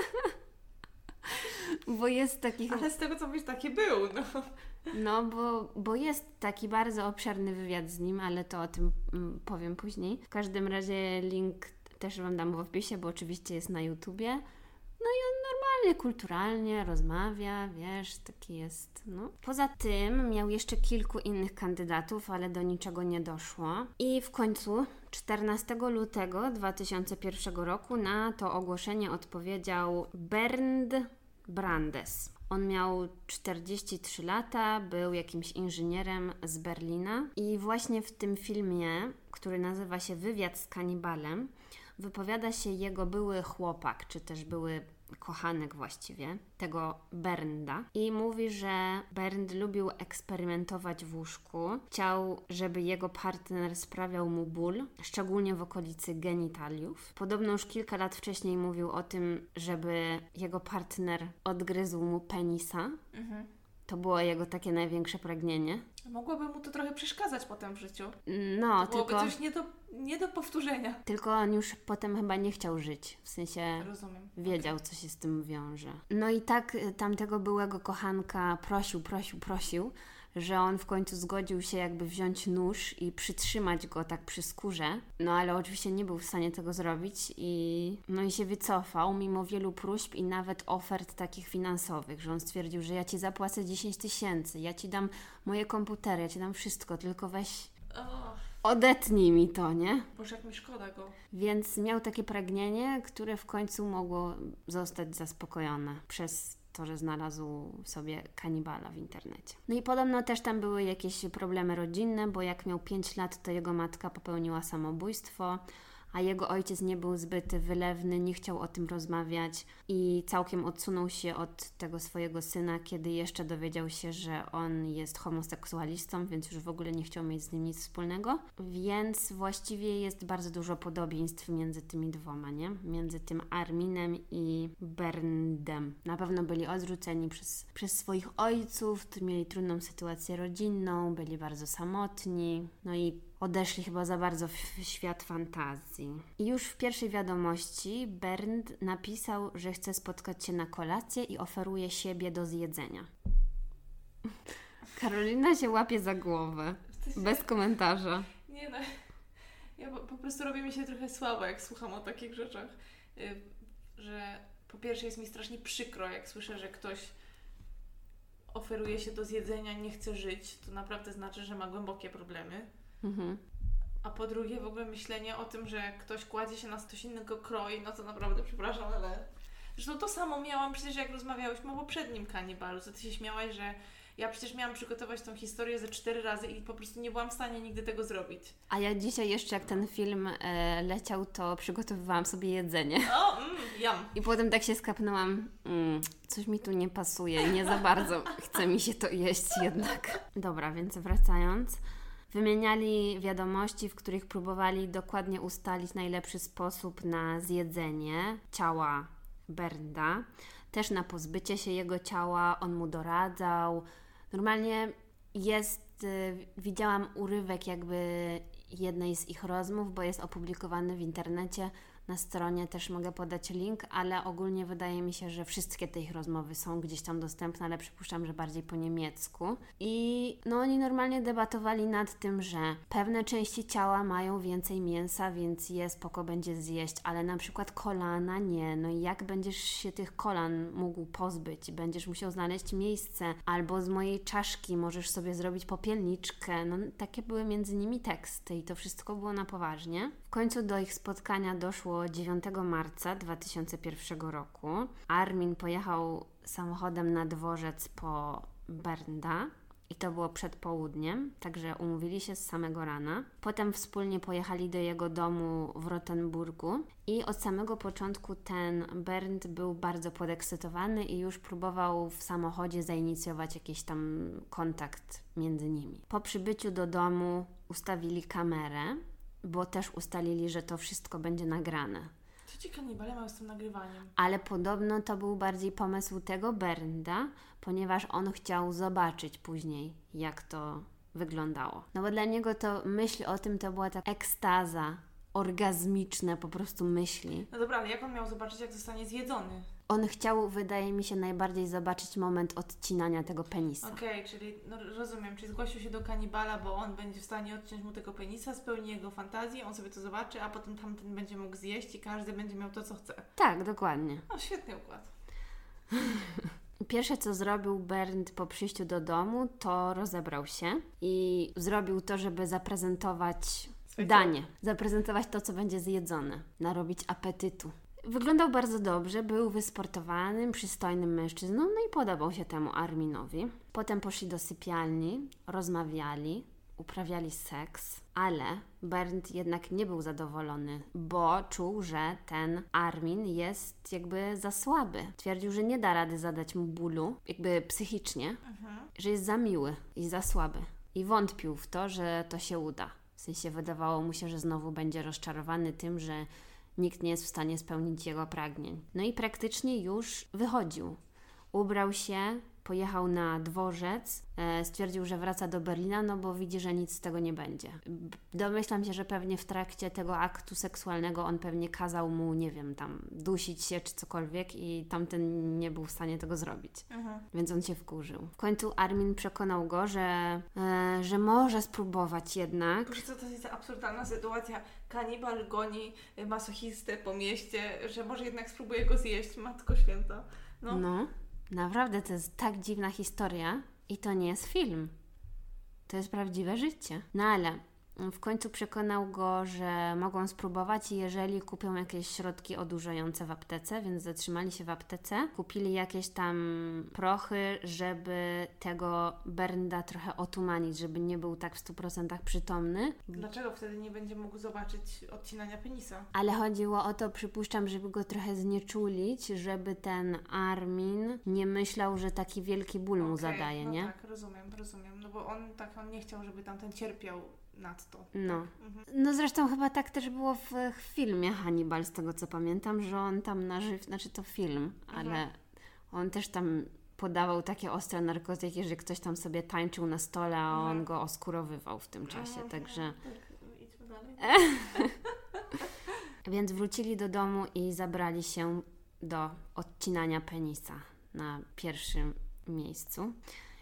Bo jest taki... Ale z tego co mówisz, taki był, no. No, bo jest taki bardzo obszerny wywiad z nim, ale to o tym powiem później. W każdym razie link też Wam dam w opisie, bo oczywiście jest na YouTubie. No i on normalnie, kulturalnie rozmawia, wiesz, taki jest, no. Poza tym miał jeszcze kilku innych kandydatów, ale do niczego nie doszło. I w końcu 14 lutego 2001 roku na to ogłoszenie odpowiedział Bernd Brandes. On miał 43 lata, był jakimś inżynierem z Berlina i właśnie w tym filmie, który nazywa się Wywiad z kanibalem, wypowiada się jego były chłopak, czy też były kochanek właściwie, tego Bernda, i mówi, że Bernd lubił eksperymentować w łóżku. Chciał, żeby jego partner sprawiał mu ból, szczególnie w okolicy genitaliów. Podobno już kilka lat wcześniej mówił o tym, żeby jego partner odgryzł mu penisa. To było jego takie największe pragnienie. Mogłoby mu to trochę przeszkadzać potem w życiu. No, to byłoby coś nie do powtórzenia. Tylko on już potem chyba nie chciał żyć. W sensie wiedział, co się z tym wiąże. No i tak tamtego byłego kochanka prosił, że on w końcu zgodził się jakby wziąć nóż i przytrzymać go tak przy skórze. No ale oczywiście nie był w stanie tego zrobić i się wycofał mimo wielu próśb i nawet ofert takich finansowych, że on stwierdził, że ja Ci zapłacę 10 000, ja Ci dam moje komputery, ja Ci dam wszystko, tylko weź... Odetnij mi to, nie? Boże, jak mi szkoda go. Więc miał takie pragnienie, które w końcu mogło zostać zaspokojone przez to, że znalazł sobie kanibala w internecie. No i podobno też tam były jakieś problemy rodzinne, bo jak miał 5 lat, to jego matka popełniła samobójstwo, a jego ojciec nie był zbyt wylewny, nie chciał o tym rozmawiać i całkiem odsunął się od tego swojego syna, kiedy jeszcze dowiedział się, że on jest homoseksualistą, więc już w ogóle nie chciał mieć z nim nic wspólnego. Więc właściwie jest bardzo dużo podobieństw między tymi dwoma, nie? Między tym Arminem i Berndem. Na pewno byli odrzuceni przez swoich ojców, mieli trudną sytuację rodzinną, byli bardzo samotni, no i odeszli chyba za bardzo w świat fantazji. I już w pierwszej wiadomości Bernd napisał, że chce spotkać się na kolację i oferuje siebie do zjedzenia. Karolina się łapie za głowę. Bez komentarza. Nie no, ja po prostu robi mi się trochę słabo, jak słucham o takich rzeczach, że po pierwsze jest mi strasznie przykro, jak słyszę, że ktoś oferuje się do zjedzenia, nie chce żyć, to naprawdę znaczy, że ma głębokie problemy. Mhm. A po drugie w ogóle myślenie o tym, że ktoś kładzie się na stoś innego kroi, no to naprawdę przepraszam, ale... Zresztą to samo miałam przecież, jak rozmawiałyśmy o poprzednim kanibalu, co ty się śmiałaś, że ja przecież miałam przygotować tą historię ze 4 razy i po prostu nie byłam w stanie nigdy tego zrobić. A ja dzisiaj jeszcze, jak ten film leciał, to przygotowywałam sobie jedzenie. Jam. I potem tak się skapnęłam, coś mi tu nie pasuje, nie za bardzo chce mi się to jeść jednak. Dobra, więc wracając... Wymieniali wiadomości, w których próbowali dokładnie ustalić najlepszy sposób na zjedzenie ciała Bernda, też na pozbycie się jego ciała, on mu doradzał. Normalnie widziałam urywek jakby jednej z ich rozmów, bo jest opublikowany w internecie. Na stronie też mogę podać link, ale ogólnie wydaje mi się, że wszystkie te ich rozmowy są gdzieś tam dostępne, ale przypuszczam, że bardziej po niemiecku. I no oni normalnie debatowali nad tym, że pewne części ciała mają więcej mięsa, więc spoko będzie zjeść, ale na przykład kolana nie. No i jak będziesz się tych kolan mógł pozbyć? Będziesz musiał znaleźć miejsce, albo z mojej czaszki możesz sobie zrobić popielniczkę. No takie były między nimi teksty i to wszystko było na poważnie. W końcu do ich spotkania doszło 9 marca 2001 roku. Armin pojechał samochodem na dworzec po Bernda i to było przed południem, także umówili się z samego rana. Potem wspólnie pojechali do jego domu w Rotenburgu i od samego początku ten Bernd był bardzo podekscytowany i już próbował w samochodzie zainicjować jakiś tam kontakt między nimi. Po przybyciu do domu ustawili kamerę, bo też ustalili, że to wszystko będzie nagrane. Co ci kanibale mają z tym nagrywaniem? Ale podobno to był bardziej pomysł tego Bernda, ponieważ on chciał zobaczyć później, jak to wyglądało. No bo dla niego to myśl o tym to była taka ekstaza, orgazmiczne po prostu myśli. No dobra, ale jak on miał zobaczyć, jak zostanie zjedzony? On chciał, wydaje mi się, najbardziej zobaczyć moment odcinania tego penisa. Okej, czyli no rozumiem, czyli zgłosił się do kanibala, bo on będzie w stanie odciąć mu tego penisa, spełni jego fantazję, on sobie to zobaczy, a potem tamten będzie mógł zjeść i każdy będzie miał to, co chce. Tak, dokładnie. No, świetny układ. Pierwsze, co zrobił Bernd po przyjściu do domu, to rozebrał się i zrobił to, żeby zaprezentować danie. Zaprezentować to, co będzie zjedzone. Narobić apetytu. Wyglądał bardzo dobrze, był wysportowanym, przystojnym mężczyzną, no i podobał się temu Arminowi. Potem poszli do sypialni, rozmawiali, uprawiali seks, ale Bernd jednak nie był zadowolony, bo czuł, że ten Armin jest jakby za słaby. Twierdził, że nie da rady zadać mu bólu, jakby psychicznie, że jest za miły i za słaby. I wątpił w to, że to się uda. W sensie wydawało mu się, że znowu będzie rozczarowany tym, że nikt nie jest w stanie spełnić jego pragnień. No i praktycznie już wychodził. Ubrał się, pojechał na dworzec, stwierdził, że wraca do Berlina, no bo widzi, że nic z tego nie będzie. Domyślam się, że pewnie w trakcie tego aktu seksualnego on pewnie kazał mu, nie wiem, tam dusić się czy cokolwiek i tamten nie był w stanie tego zrobić. Więc on się wkurzył. W końcu Armin przekonał go, że może spróbować jednak. Boże, co to jest za absurdalna sytuacja? Kanibal goni masochistę po mieście, że może jednak spróbuje go zjeść. Matko Święta. No. Naprawdę, to jest tak dziwna historia i to nie jest film. To jest prawdziwe życie. No ale w końcu przekonał go, że mogą spróbować, jeżeli kupią jakieś środki odurzające w aptece, więc zatrzymali się w aptece, kupili jakieś tam prochy, żeby tego Bernda trochę otumanić, żeby nie był tak w 100% przytomny. Dlaczego wtedy nie będzie mógł zobaczyć odcinania penisa? Ale chodziło o to, przypuszczam, żeby go trochę znieczulić, żeby ten Armin nie myślał, że taki wielki ból mu zadaje, no nie? Tak, rozumiem. No bo on nie chciał, żeby tamten cierpiał nadto. No. Tak? No zresztą chyba tak też było w filmie Hannibal, z tego co pamiętam, że on tam znaczy to film, ale on też tam podawał takie ostre narkotyki, że ktoś tam sobie tańczył na stole, a on go oskurowywał w tym czasie, także... Tak, idźmy dalej. Więc wrócili do domu i zabrali się do odcinania penisa na pierwszym miejscu.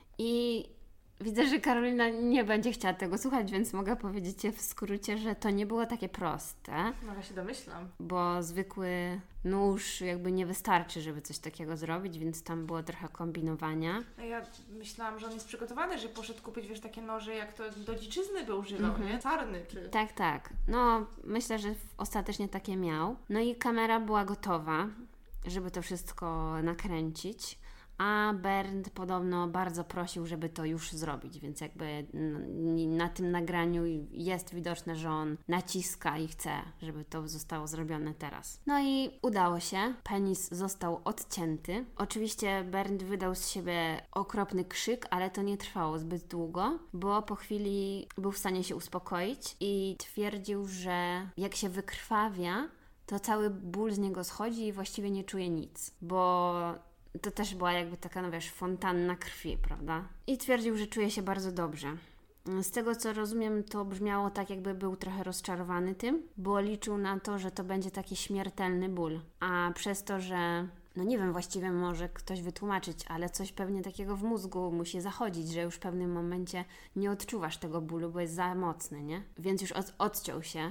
I widzę, że Karolina nie będzie chciała tego słuchać, więc mogę powiedzieć Ci w skrócie, że to nie było takie proste. No ja się domyślam. Bo zwykły nóż jakby nie wystarczy, żeby coś takiego zrobić, więc tam było trochę kombinowania. Ja myślałam, że on jest przygotowany, że poszedł kupić, wiesz, takie noże, jak to do dziczyzny by używał, nie? Sarny czy... Tak. No, myślę, że ostatecznie takie miał. No i kamera była gotowa, żeby to wszystko nakręcić. A Bernd podobno bardzo prosił, żeby to już zrobić, więc jakby na tym nagraniu jest widoczne, że on naciska i chce, żeby to zostało zrobione teraz. No i udało się. Penis został odcięty. Oczywiście Bernd wydał z siebie okropny krzyk, ale to nie trwało zbyt długo, bo po chwili był w stanie się uspokoić i twierdził, że jak się wykrwawia, to cały ból z niego schodzi i właściwie nie czuje nic, bo to też była jakby taka, no wiesz, fontanna krwi, prawda? I twierdził, że czuje się bardzo dobrze. Z tego, co rozumiem, to brzmiało tak, jakby był trochę rozczarowany tym, bo liczył na to, że to będzie taki śmiertelny ból. A przez to, że no nie wiem, właściwie może ktoś wytłumaczyć, ale coś pewnie takiego w mózgu musi zachodzić, że już w pewnym momencie nie odczuwasz tego bólu, bo jest za mocny, nie? Więc już odciął się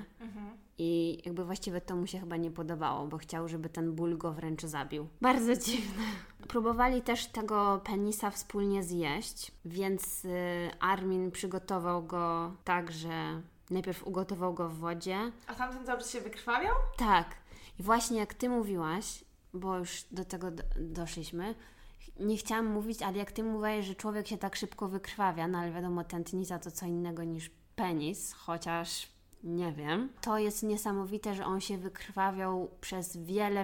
i jakby właściwie to mu się chyba nie podobało, bo chciał, żeby ten ból go wręcz zabił. Bardzo dziwne. Próbowali też tego penisa wspólnie zjeść, więc Armin przygotował go tak, że najpierw ugotował go w wodzie. A tamten cały czas się wykrwawiał? Tak. I właśnie jak Ty mówiłaś, bo już do tego doszliśmy. Nie chciałam mówić, ale jak Ty mówiłaś, że człowiek się tak szybko wykrwawia, no ale wiadomo, tętnica to co innego niż penis, chociaż nie wiem. To jest niesamowite, że on się wykrwawiał przez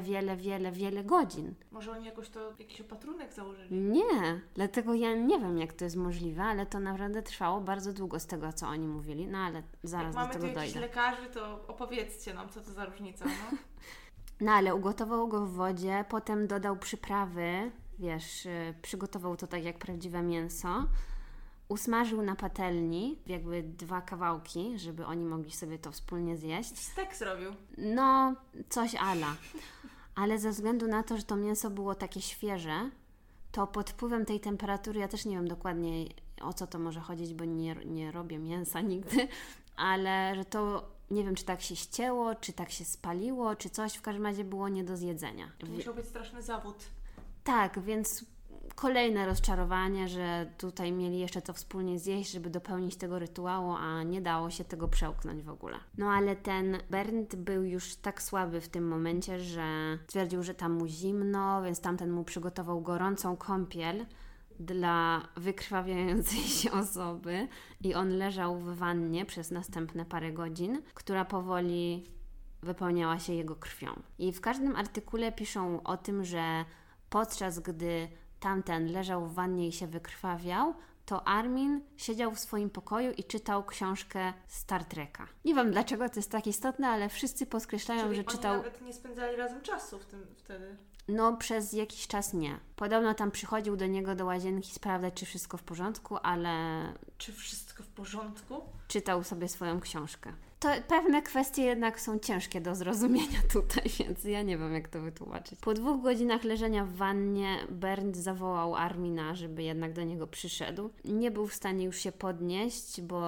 wiele godzin. Może oni jakiś opatrunek założyli? Nie, dlatego ja nie wiem, jak to jest możliwe, ale to naprawdę trwało bardzo długo z tego, co oni mówili, no ale zaraz do tego dojdę. Jak mamy tu jakichś lekarzy, to opowiedzcie nam, co to za różnica, no. No ale ugotował go w wodzie, potem dodał przyprawy, wiesz, przygotował to tak jak prawdziwe mięso, usmażył na patelni jakby 2 kawałki, żeby oni mogli sobie to wspólnie zjeść. Stek zrobił. No, coś ala. Ale ze względu na to, że to mięso było takie świeże, to pod wpływem tej temperatury, ja też nie wiem dokładnie o co to może chodzić, bo nie robię mięsa nigdy, ale że to nie wiem, czy tak się ścięło, czy tak się spaliło, czy coś, w każdym razie było nie do zjedzenia. To musiał być straszny zawód. Tak, więc kolejne rozczarowanie, że tutaj mieli jeszcze to wspólnie zjeść, żeby dopełnić tego rytuału, a nie dało się tego przełknąć w ogóle. No ale ten Bernd był już tak słaby w tym momencie, że stwierdził, że tam mu zimno, więc tamten mu przygotował gorącą kąpiel dla wykrwawiającej się osoby i on leżał w wannie przez następne parę godzin, która powoli wypełniała się jego krwią. I w każdym artykule piszą o tym, że podczas gdy tamten leżał w wannie i się wykrwawiał, to Armin siedział w swoim pokoju i czytał książkę Star Treka. Nie wiem, dlaczego to jest tak istotne, ale wszyscy podkreślają, czyli że czytał... oni nawet nie spędzali razem czasu wtedy. No, przez jakiś czas nie. Podobno tam przychodził do niego do łazienki sprawdzać, czy wszystko w porządku, ale... Czy wszystko w porządku? Czytał sobie swoją książkę. To pewne kwestie jednak są ciężkie do zrozumienia tutaj, więc ja nie wiem, jak to wytłumaczyć. Po 2 godzinach leżenia w wannie Bernd zawołał Armina, żeby jednak do niego przyszedł. Nie był w stanie już się podnieść, bo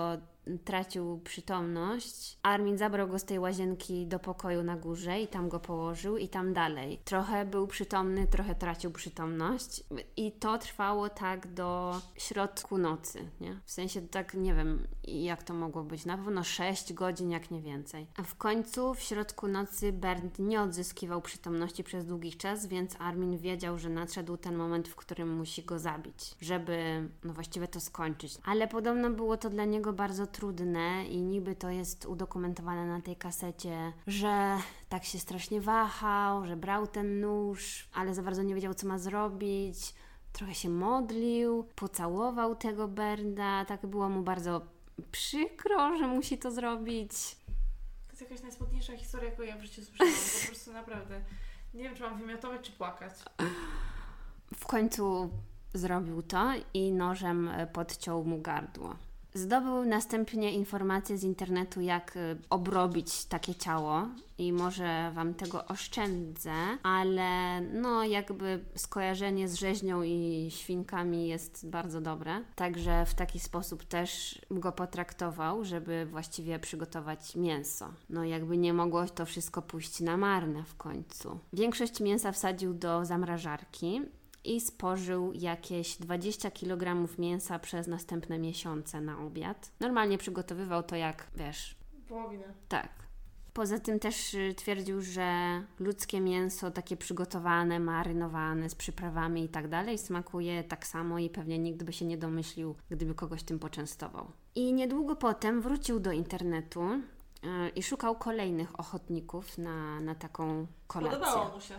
tracił przytomność, Armin zabrał go z tej łazienki do pokoju na górze i tam go położył i tam dalej. Trochę był przytomny, trochę tracił przytomność i to trwało tak do środku nocy, nie? W sensie tak nie wiem, jak to mogło być. Na pewno 6 godzin, jak nie więcej. A w końcu w środku nocy Bernd nie odzyskiwał przytomności przez długi czas, więc Armin wiedział, że nadszedł ten moment, w którym musi go zabić, żeby właściwie to skończyć. Ale podobno było to dla niego bardzo trudne i niby to jest udokumentowane na tej kasecie, że tak się strasznie wahał, że brał ten nóż, ale za bardzo nie wiedział, co ma zrobić. Trochę się modlił, pocałował tego Bernda, tak było mu bardzo przykro, że musi to zrobić. To jest jakaś najsmutniejsza historia, jaką ja w życiu słyszałam. Po prostu naprawdę nie wiem, czy mam wymiotować, czy płakać. W końcu zrobił to i nożem podciął mu gardło. Zdobył następnie informacje z internetu, jak obrobić takie ciało i może Wam tego oszczędzę, ale jakby skojarzenie z rzeźnią i świnkami jest bardzo dobre. Także w taki sposób też go potraktował, żeby właściwie przygotować mięso. Jakby nie mogło to wszystko pójść na marne w końcu. Większość mięsa wsadził do zamrażarki i spożył jakieś 20 kg mięsa przez następne miesiące na obiad. Normalnie przygotowywał to jak, połowinę. Tak. Poza tym też twierdził, że ludzkie mięso takie przygotowane, marynowane z przyprawami i tak dalej smakuje tak samo i pewnie nikt by się nie domyślił, gdyby kogoś tym poczęstował. I niedługo potem wrócił do internetu i szukał kolejnych ochotników na taką kolację. Podobało mu się.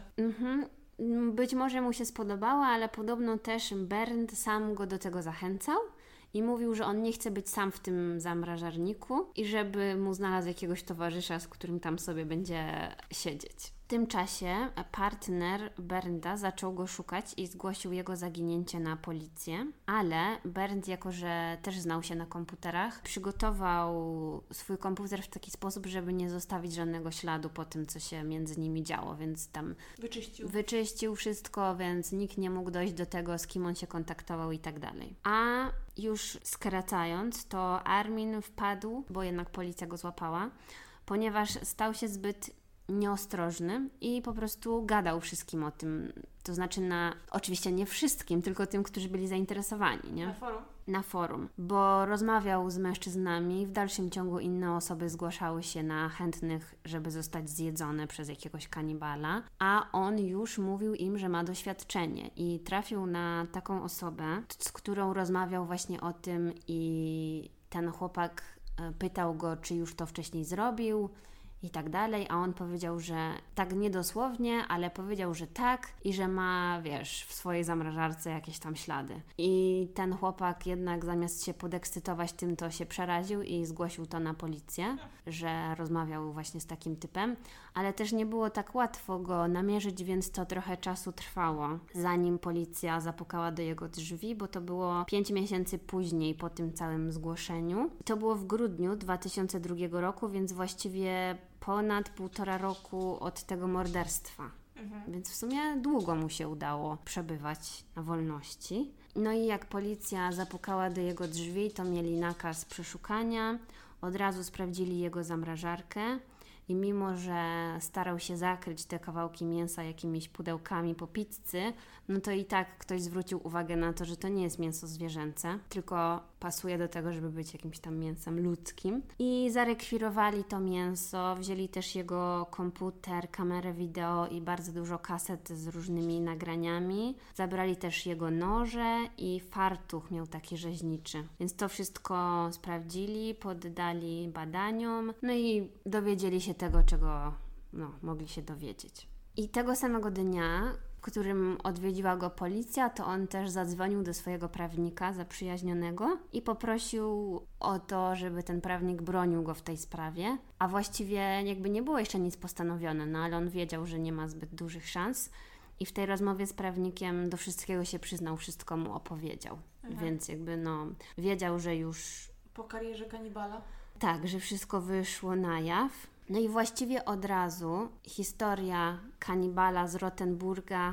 Być może mu się spodobało, ale podobno też Bernd sam go do tego zachęcał i mówił, że on nie chce być sam w tym zamrażarniku i żeby mu znalazł jakiegoś towarzysza, z którym tam sobie będzie siedzieć. W tym czasie partner Bernda zaczął go szukać i zgłosił jego zaginięcie na policję, ale Bernd, jako że też znał się na komputerach, przygotował swój komputer w taki sposób, żeby nie zostawić żadnego śladu po tym, co się między nimi działo, więc tam wyczyścił wszystko, więc nikt nie mógł dojść do tego, z kim on się kontaktował i tak dalej. A już skracając, to Armin wpadł, bo jednak policja go złapała, ponieważ stał się zbyt nieostrożny i po prostu gadał wszystkim o tym. To znaczy oczywiście nie wszystkim, tylko tym, którzy byli zainteresowani, nie? Na forum. Bo rozmawiał z mężczyznami, w dalszym ciągu inne osoby zgłaszały się na chętnych, żeby zostać zjedzone przez jakiegoś kanibala, a on już mówił im, że ma doświadczenie i trafił na taką osobę, z którą rozmawiał właśnie o tym i ten chłopak pytał go, czy już to wcześniej zrobił i tak dalej, a on powiedział, że tak niedosłownie, ale powiedział, że tak i że ma, w swojej zamrażarce jakieś tam ślady. I ten chłopak jednak zamiast się podekscytować tym, to się przeraził i zgłosił to na policję, że rozmawiał właśnie z takim typem, ale też nie było tak łatwo go namierzyć, więc to trochę czasu trwało, zanim policja zapukała do jego drzwi, bo to było 5 miesięcy później po tym całym zgłoszeniu. To było w grudniu 2002 roku, więc właściwie ponad 1,5 roku od tego morderstwa. Więc w sumie długo mu się udało przebywać na wolności. No i jak policja zapukała do jego drzwi, to mieli nakaz przeszukania, od razu sprawdzili jego zamrażarkę i mimo, że starał się zakryć te kawałki mięsa jakimiś pudełkami po pizzy, no to i tak ktoś zwrócił uwagę na to, że to nie jest mięso zwierzęce, tylko pasuje do tego, żeby być jakimś tam mięsem ludzkim. I zarekwirowali to mięso, wzięli też jego komputer, kamerę wideo i bardzo dużo kaset z różnymi nagraniami. Zabrali też jego noże i fartuch miał taki rzeźniczy. Więc to wszystko sprawdzili, poddali badaniom, no i dowiedzieli się tego, czego mogli się dowiedzieć. I tego samego dnia, w którym odwiedziła go policja, to on też zadzwonił do swojego prawnika zaprzyjaźnionego i poprosił o to, żeby ten prawnik bronił go w tej sprawie, a właściwie jakby nie było jeszcze nic postanowione, ale on wiedział, że nie ma zbyt dużych szans i w tej rozmowie z prawnikiem do wszystkiego się przyznał, wszystko mu opowiedział, więc jakby wiedział, że już... Po karierze kanibala? Tak, że wszystko wyszło na jaw. No i właściwie od razu historia kanibala z Rotenburga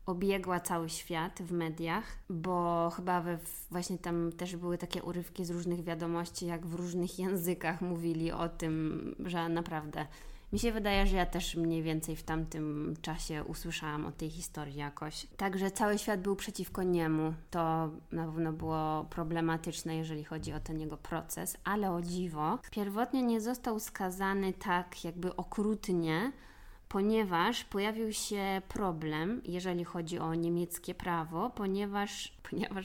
obiegła cały świat w mediach, bo chyba właśnie tam też były takie urywki z różnych wiadomości, jak w różnych językach mówili o tym, że naprawdę... Mi się wydaje, że ja też mniej więcej w tamtym czasie usłyszałam o tej historii jakoś. Także cały świat był przeciwko niemu. To na pewno było problematyczne, jeżeli chodzi o ten jego proces, ale o dziwo, pierwotnie nie został skazany tak jakby okrutnie, ponieważ pojawił się problem, jeżeli chodzi o niemieckie prawo, ponieważ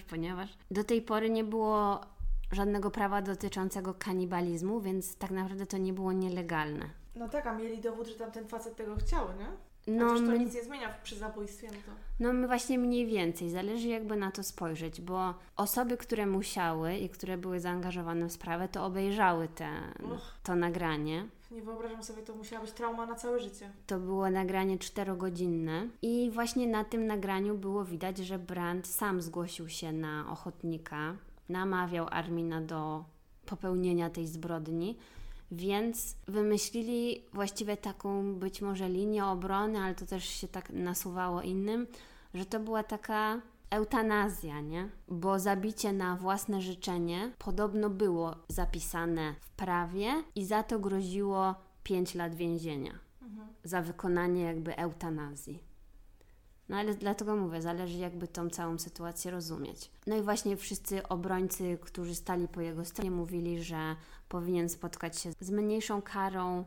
do tej pory nie było żadnego prawa dotyczącego kanibalizmu, więc tak naprawdę to nie było nielegalne. No tak, a mieli dowód, że tamten facet tego chciał, nie? No, Chociaż to nic nie zmienia przy zabójstwie, no to... No my właśnie mniej więcej, zależy jakby na to spojrzeć, bo osoby, które musiały i które były zaangażowane w sprawę, to obejrzały to nagranie. Nie wyobrażam sobie, to musiała być trauma na całe życie. To było nagranie 4-godzinne i właśnie na tym nagraniu było widać, że Brandt sam zgłosił się na ochotnika, namawiał Armina do popełnienia tej zbrodni, więc wymyślili właściwie taką być może linię obrony, ale to też się tak nasuwało innym, że to była taka eutanazja, nie? Bo zabicie na własne życzenie podobno było zapisane w prawie i za to groziło 5 lat więzienia. Za wykonanie jakby eutanazji. No ale dlatego mówię, zależy jakby tą całą sytuację rozumieć. No i właśnie wszyscy obrońcy, którzy stali po jego stronie, mówili, że powinien spotkać się z mniejszą karą,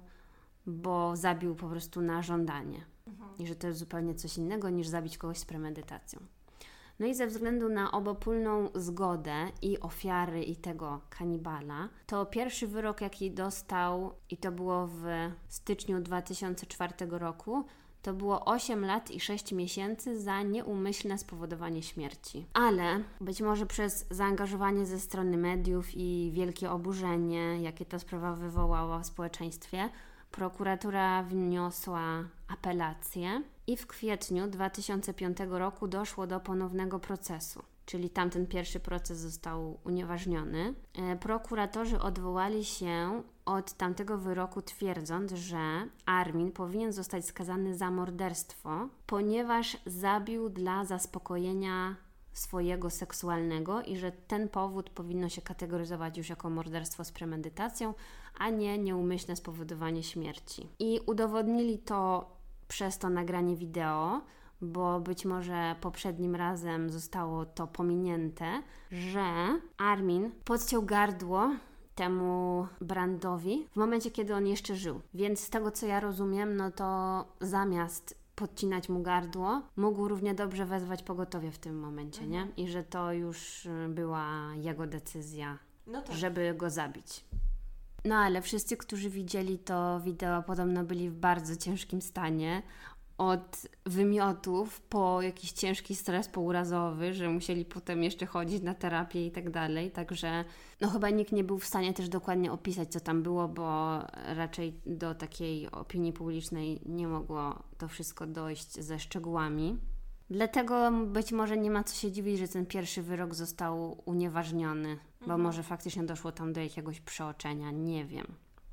bo zabił po prostu na żądanie. I że to jest zupełnie coś innego niż zabić kogoś z premedytacją. No i ze względu na obopólną zgodę i ofiary i tego kanibala, to pierwszy wyrok, jaki dostał, i to było w styczniu 2004 roku, to było 8 lat i 6 miesięcy za nieumyślne spowodowanie śmierci. Ale być może przez zaangażowanie ze strony mediów i wielkie oburzenie, jakie ta sprawa wywołała w społeczeństwie, prokuratura wniosła apelację i w kwietniu 2005 roku doszło do ponownego procesu. Czyli tamten pierwszy proces został unieważniony. Prokuratorzy odwołali się od tamtego wyroku, twierdząc, że Armin powinien zostać skazany za morderstwo, ponieważ zabił dla zaspokojenia swojego seksualnego i że ten powód powinno się kategoryzować już jako morderstwo z premedytacją, a nie nieumyślne spowodowanie śmierci. I udowodnili to przez to nagranie wideo, bo być może poprzednim razem zostało to pominięte, że Armin podciął gardło temu Brandtowi w momencie, kiedy on jeszcze żył. Więc z tego, co ja rozumiem, no to zamiast podcinać mu gardło, mógł równie dobrze wezwać pogotowie w tym momencie, nie? I że to już była jego decyzja, żeby go zabić. No ale wszyscy, którzy widzieli to wideo, podobno byli w bardzo ciężkim stanie. Od wymiotów po jakiś ciężki stres pourazowy, że musieli potem jeszcze chodzić na terapię i tak dalej, także no chyba nikt nie był w stanie też dokładnie opisać, co tam było, bo raczej do takiej opinii publicznej nie mogło to wszystko dojść ze szczegółami. Dlatego być może nie ma co się dziwić, że ten pierwszy wyrok został unieważniony, bo może faktycznie doszło tam do jakiegoś przeoczenia, nie wiem.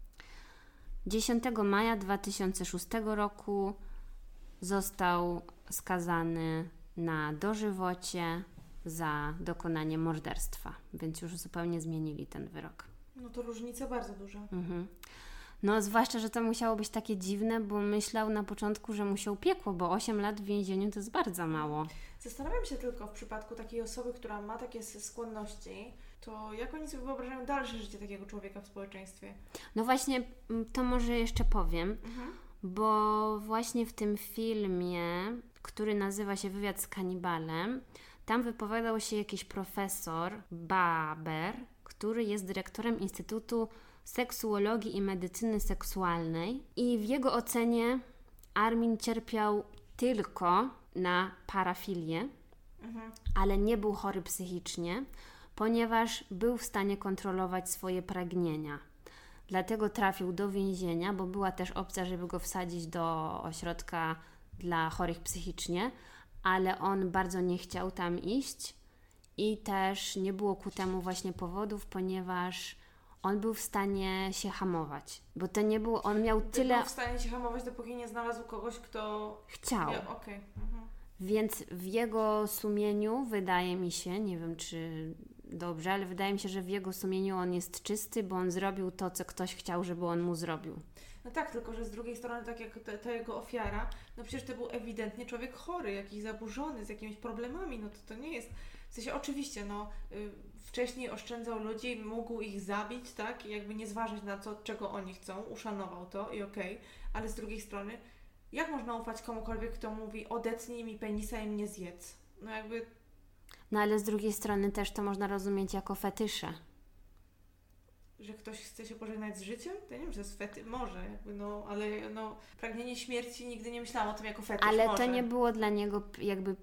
10 maja 2006 roku został skazany na dożywocie za dokonanie morderstwa, więc już zupełnie zmienili ten wyrok. No to różnica bardzo duża. No zwłaszcza, że to musiało być takie dziwne, bo myślał na początku, że mu się upiekło, bo 8 lat w więzieniu to jest bardzo mało. Zastanawiam się tylko w przypadku takiej osoby, która ma takie skłonności, to jak oni sobie wyobrażają dalsze życie takiego człowieka w społeczeństwie? No właśnie, to może jeszcze powiem, bo właśnie w tym filmie, który nazywa się Wywiad z kanibalem, tam wypowiadał się jakiś profesor Baber, który jest dyrektorem Instytutu Seksuologii i Medycyny Seksualnej i w jego ocenie Armin cierpiał tylko na parafilię, ale nie był chory psychicznie, ponieważ był w stanie kontrolować swoje pragnienia. Dlatego trafił do więzienia, bo była też opcja, żeby go wsadzić do ośrodka dla chorych psychicznie, ale on bardzo nie chciał tam iść i też nie było ku temu właśnie powodów, ponieważ on był w stanie się hamować, bo to nie było, on miał tyle... Był w stanie się hamować, dopóki nie znalazł kogoś, kto... Chciał. Okej. Więc w jego sumieniu, wydaje mi się, nie wiem czy dobrze, ale wydaje mi się, że w jego sumieniu on jest czysty, bo on zrobił to, co ktoś chciał, żeby on mu zrobił. No tak, tylko że z drugiej strony, tak jak ta jego ofiara, no przecież to był ewidentnie człowiek chory, jakiś zaburzony, z jakimiś problemami, no to nie jest, w sensie oczywiście, wcześniej oszczędzał ludzi, mógł ich zabić, tak, i jakby nie zważać na to, czego oni chcą, uszanował to i okej, ale z drugiej strony, jak można ufać komukolwiek, kto mówi, odetnij mi penisa i mnie zjedz? No jakby... No ale z drugiej strony też to można rozumieć jako fetysze. Że ktoś chce się pożegnać z życiem? To ja nie wiem, że jest fetysz, może, ale pragnienie śmierci nigdy nie myślałam o tym jako fetysz. Ale może. To nie było dla niego jakby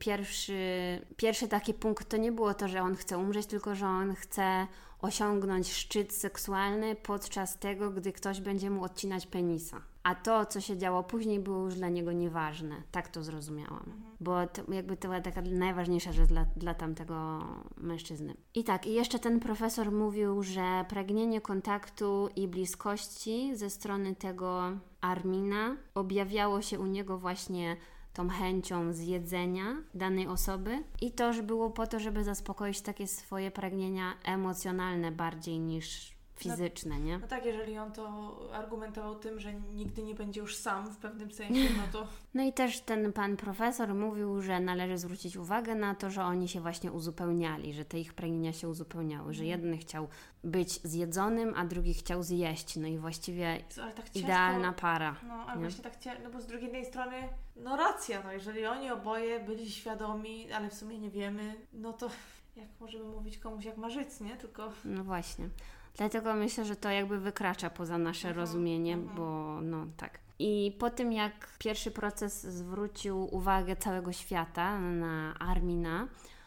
pierwszy taki punkt, to nie było to, że on chce umrzeć, tylko że on chce osiągnąć szczyt seksualny podczas tego, gdy ktoś będzie mu odcinać penisa. A to, co się działo później, było już dla niego nieważne. Tak to zrozumiałam. Bo to była taka najważniejsza rzecz dla tamtego mężczyzny. I jeszcze ten profesor mówił, że pragnienie kontaktu i bliskości ze strony tego Armina objawiało się u niego właśnie tą chęcią zjedzenia danej osoby i to, że było po to, żeby zaspokoić takie swoje pragnienia emocjonalne bardziej niż fizyczne, nie? No tak, jeżeli on to argumentował tym, że nigdy nie będzie już sam w pewnym sensie, no to... No i też ten pan profesor mówił, że należy zwrócić uwagę na to, że oni się właśnie uzupełniali, że te ich pragnienia się uzupełniały, że jeden chciał być zjedzonym, a drugi chciał zjeść, no i właściwie tak idealna para. No, ale właśnie tak no bo z drugiej strony, no racja, jeżeli oni oboje byli świadomi, ale w sumie nie wiemy, no to jak możemy mówić komuś, jak ma żyć, nie? Tylko... No właśnie. Dlatego myślę, że to jakby wykracza poza nasze rozumienie, bo tak. I po tym, jak pierwszy proces zwrócił uwagę całego świata na Armina,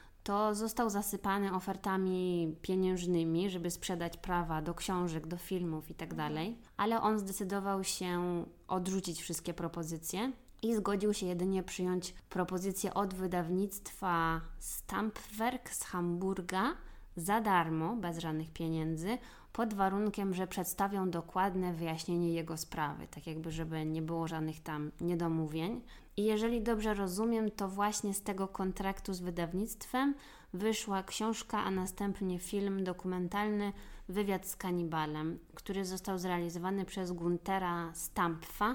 to został zasypany ofertami pieniężnymi, żeby sprzedać prawa do książek, do filmów i tak dalej. Ale on zdecydował się odrzucić wszystkie propozycje i zgodził się jedynie przyjąć propozycję od wydawnictwa Stampwerk z Hamburga za darmo, bez żadnych pieniędzy, pod warunkiem, że przedstawią dokładne wyjaśnienie jego sprawy, tak jakby, żeby nie było żadnych tam niedomówień. I jeżeli dobrze rozumiem, to właśnie z tego kontraktu z wydawnictwem wyszła książka, a następnie film dokumentalny Wywiad z kanibalem, który został zrealizowany przez Guntera Stampfa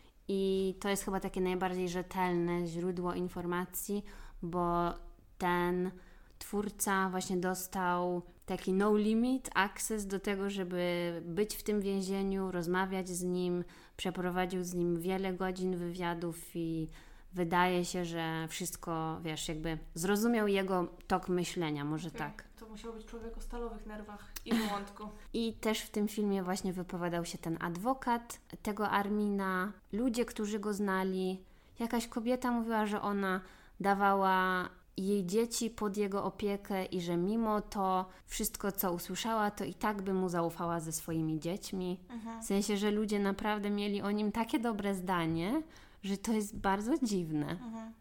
i to jest chyba takie najbardziej rzetelne źródło informacji, bo ten twórca właśnie dostał taki no limit access do tego, żeby być w tym więzieniu, rozmawiać z nim, przeprowadził z nim wiele godzin wywiadów i wydaje się, że wszystko, jakby zrozumiał jego tok myślenia, może tak. To musiał być człowiek o stalowych nerwach i żołądku. I też w tym filmie właśnie wypowiadał się ten adwokat tego Armina, ludzie, którzy go znali. Jakaś kobieta mówiła, że ona dawała jej dzieci pod jego opiekę i że mimo to wszystko, co usłyszała, to i tak by mu zaufała ze swoimi dziećmi. W sensie, że ludzie naprawdę mieli o nim takie dobre zdanie, że to jest bardzo dziwne.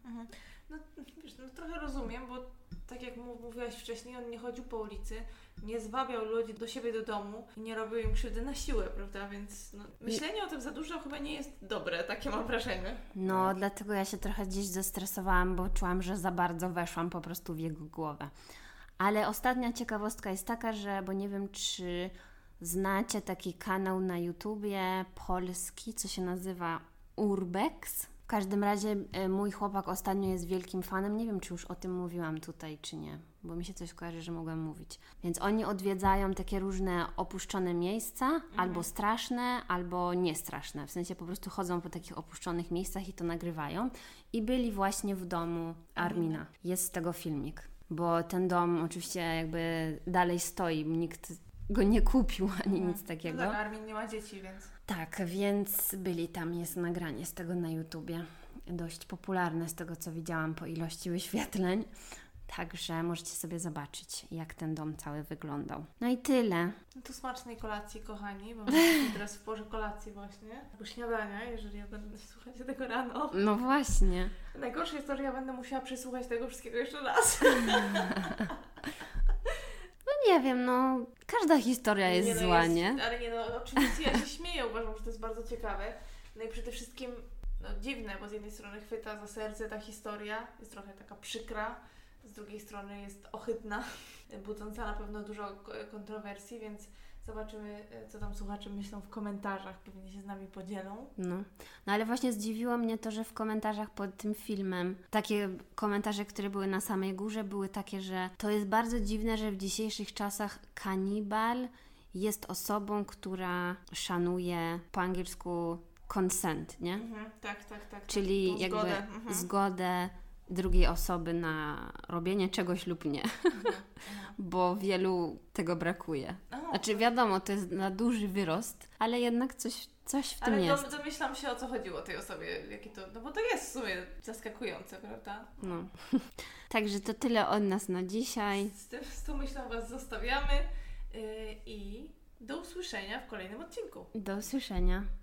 No wiesz, trochę rozumiem, bo tak jak mówiłaś wcześniej, on nie chodził po ulicy, nie zwabiał ludzi do siebie do domu i nie robił im krzywdy na siłę, prawda? Więc myślenie o tym za dużo chyba nie jest dobre, takie mam wrażenie. No, dlatego ja się trochę gdzieś zestresowałam, bo czułam, że za bardzo weszłam po prostu w jego głowę. Ale ostatnia ciekawostka jest taka, bo nie wiem, czy znacie taki kanał na YouTubie polski, co się nazywa Urbex. W każdym razie mój chłopak ostatnio jest wielkim fanem. Nie wiem, czy już o tym mówiłam tutaj, czy nie, bo mi się coś kojarzy, że mogłam mówić. Więc oni odwiedzają takie różne opuszczone miejsca, albo straszne, albo niestraszne. W sensie po prostu chodzą po takich opuszczonych miejscach i to nagrywają. I byli właśnie w domu Armina. Jest z tego filmik, bo ten dom oczywiście jakby dalej stoi. Nikt go nie kupił, ani nic takiego. No tak, Armin nie ma dzieci, więc... Tak, więc byli tam, jest nagranie z tego na YouTubie. Dość popularne z tego, co widziałam po ilości wyświetleń. Także możecie sobie zobaczyć, jak ten dom cały wyglądał. No i tyle. No to smacznej kolacji, kochani, bo teraz w porze kolacji właśnie. Albo śniadania, jeżeli słuchacie tego rano. No właśnie. Najgorsze jest to, że ja będę musiała przesłuchać tego wszystkiego jeszcze raz. No nie wiem, każda historia jest zła, nie? Ale oczywiście ja się śmieję, uważam, że to jest bardzo ciekawe. No i przede wszystkim dziwne, bo z jednej strony chwyta za serce ta historia, jest trochę taka przykra, z drugiej strony jest ohydna, budząca na pewno dużo kontrowersji, więc zobaczymy, co tam słuchacze myślą w komentarzach, pewnie się z nami podzielą. No ale właśnie zdziwiło mnie to, że w komentarzach pod tym filmem, takie komentarze, które były na samej górze, były takie, że to jest bardzo dziwne, że w dzisiejszych czasach kanibal jest osobą, która szanuje po angielsku consent, nie? Tak. Czyli jakby zgodę drugiej osoby na robienie czegoś lub nie. Bo wielu tego brakuje. Znaczy wiadomo, to jest na duży wyrost, ale jednak coś w tym jest. Ale domyślam się, o co chodziło tej osobie, jakie to, no bo to jest w sumie zaskakujące, prawda? No. Także to tyle od nas na dzisiaj. Z tą myślą Was zostawiamy i do usłyszenia w kolejnym odcinku. Do usłyszenia.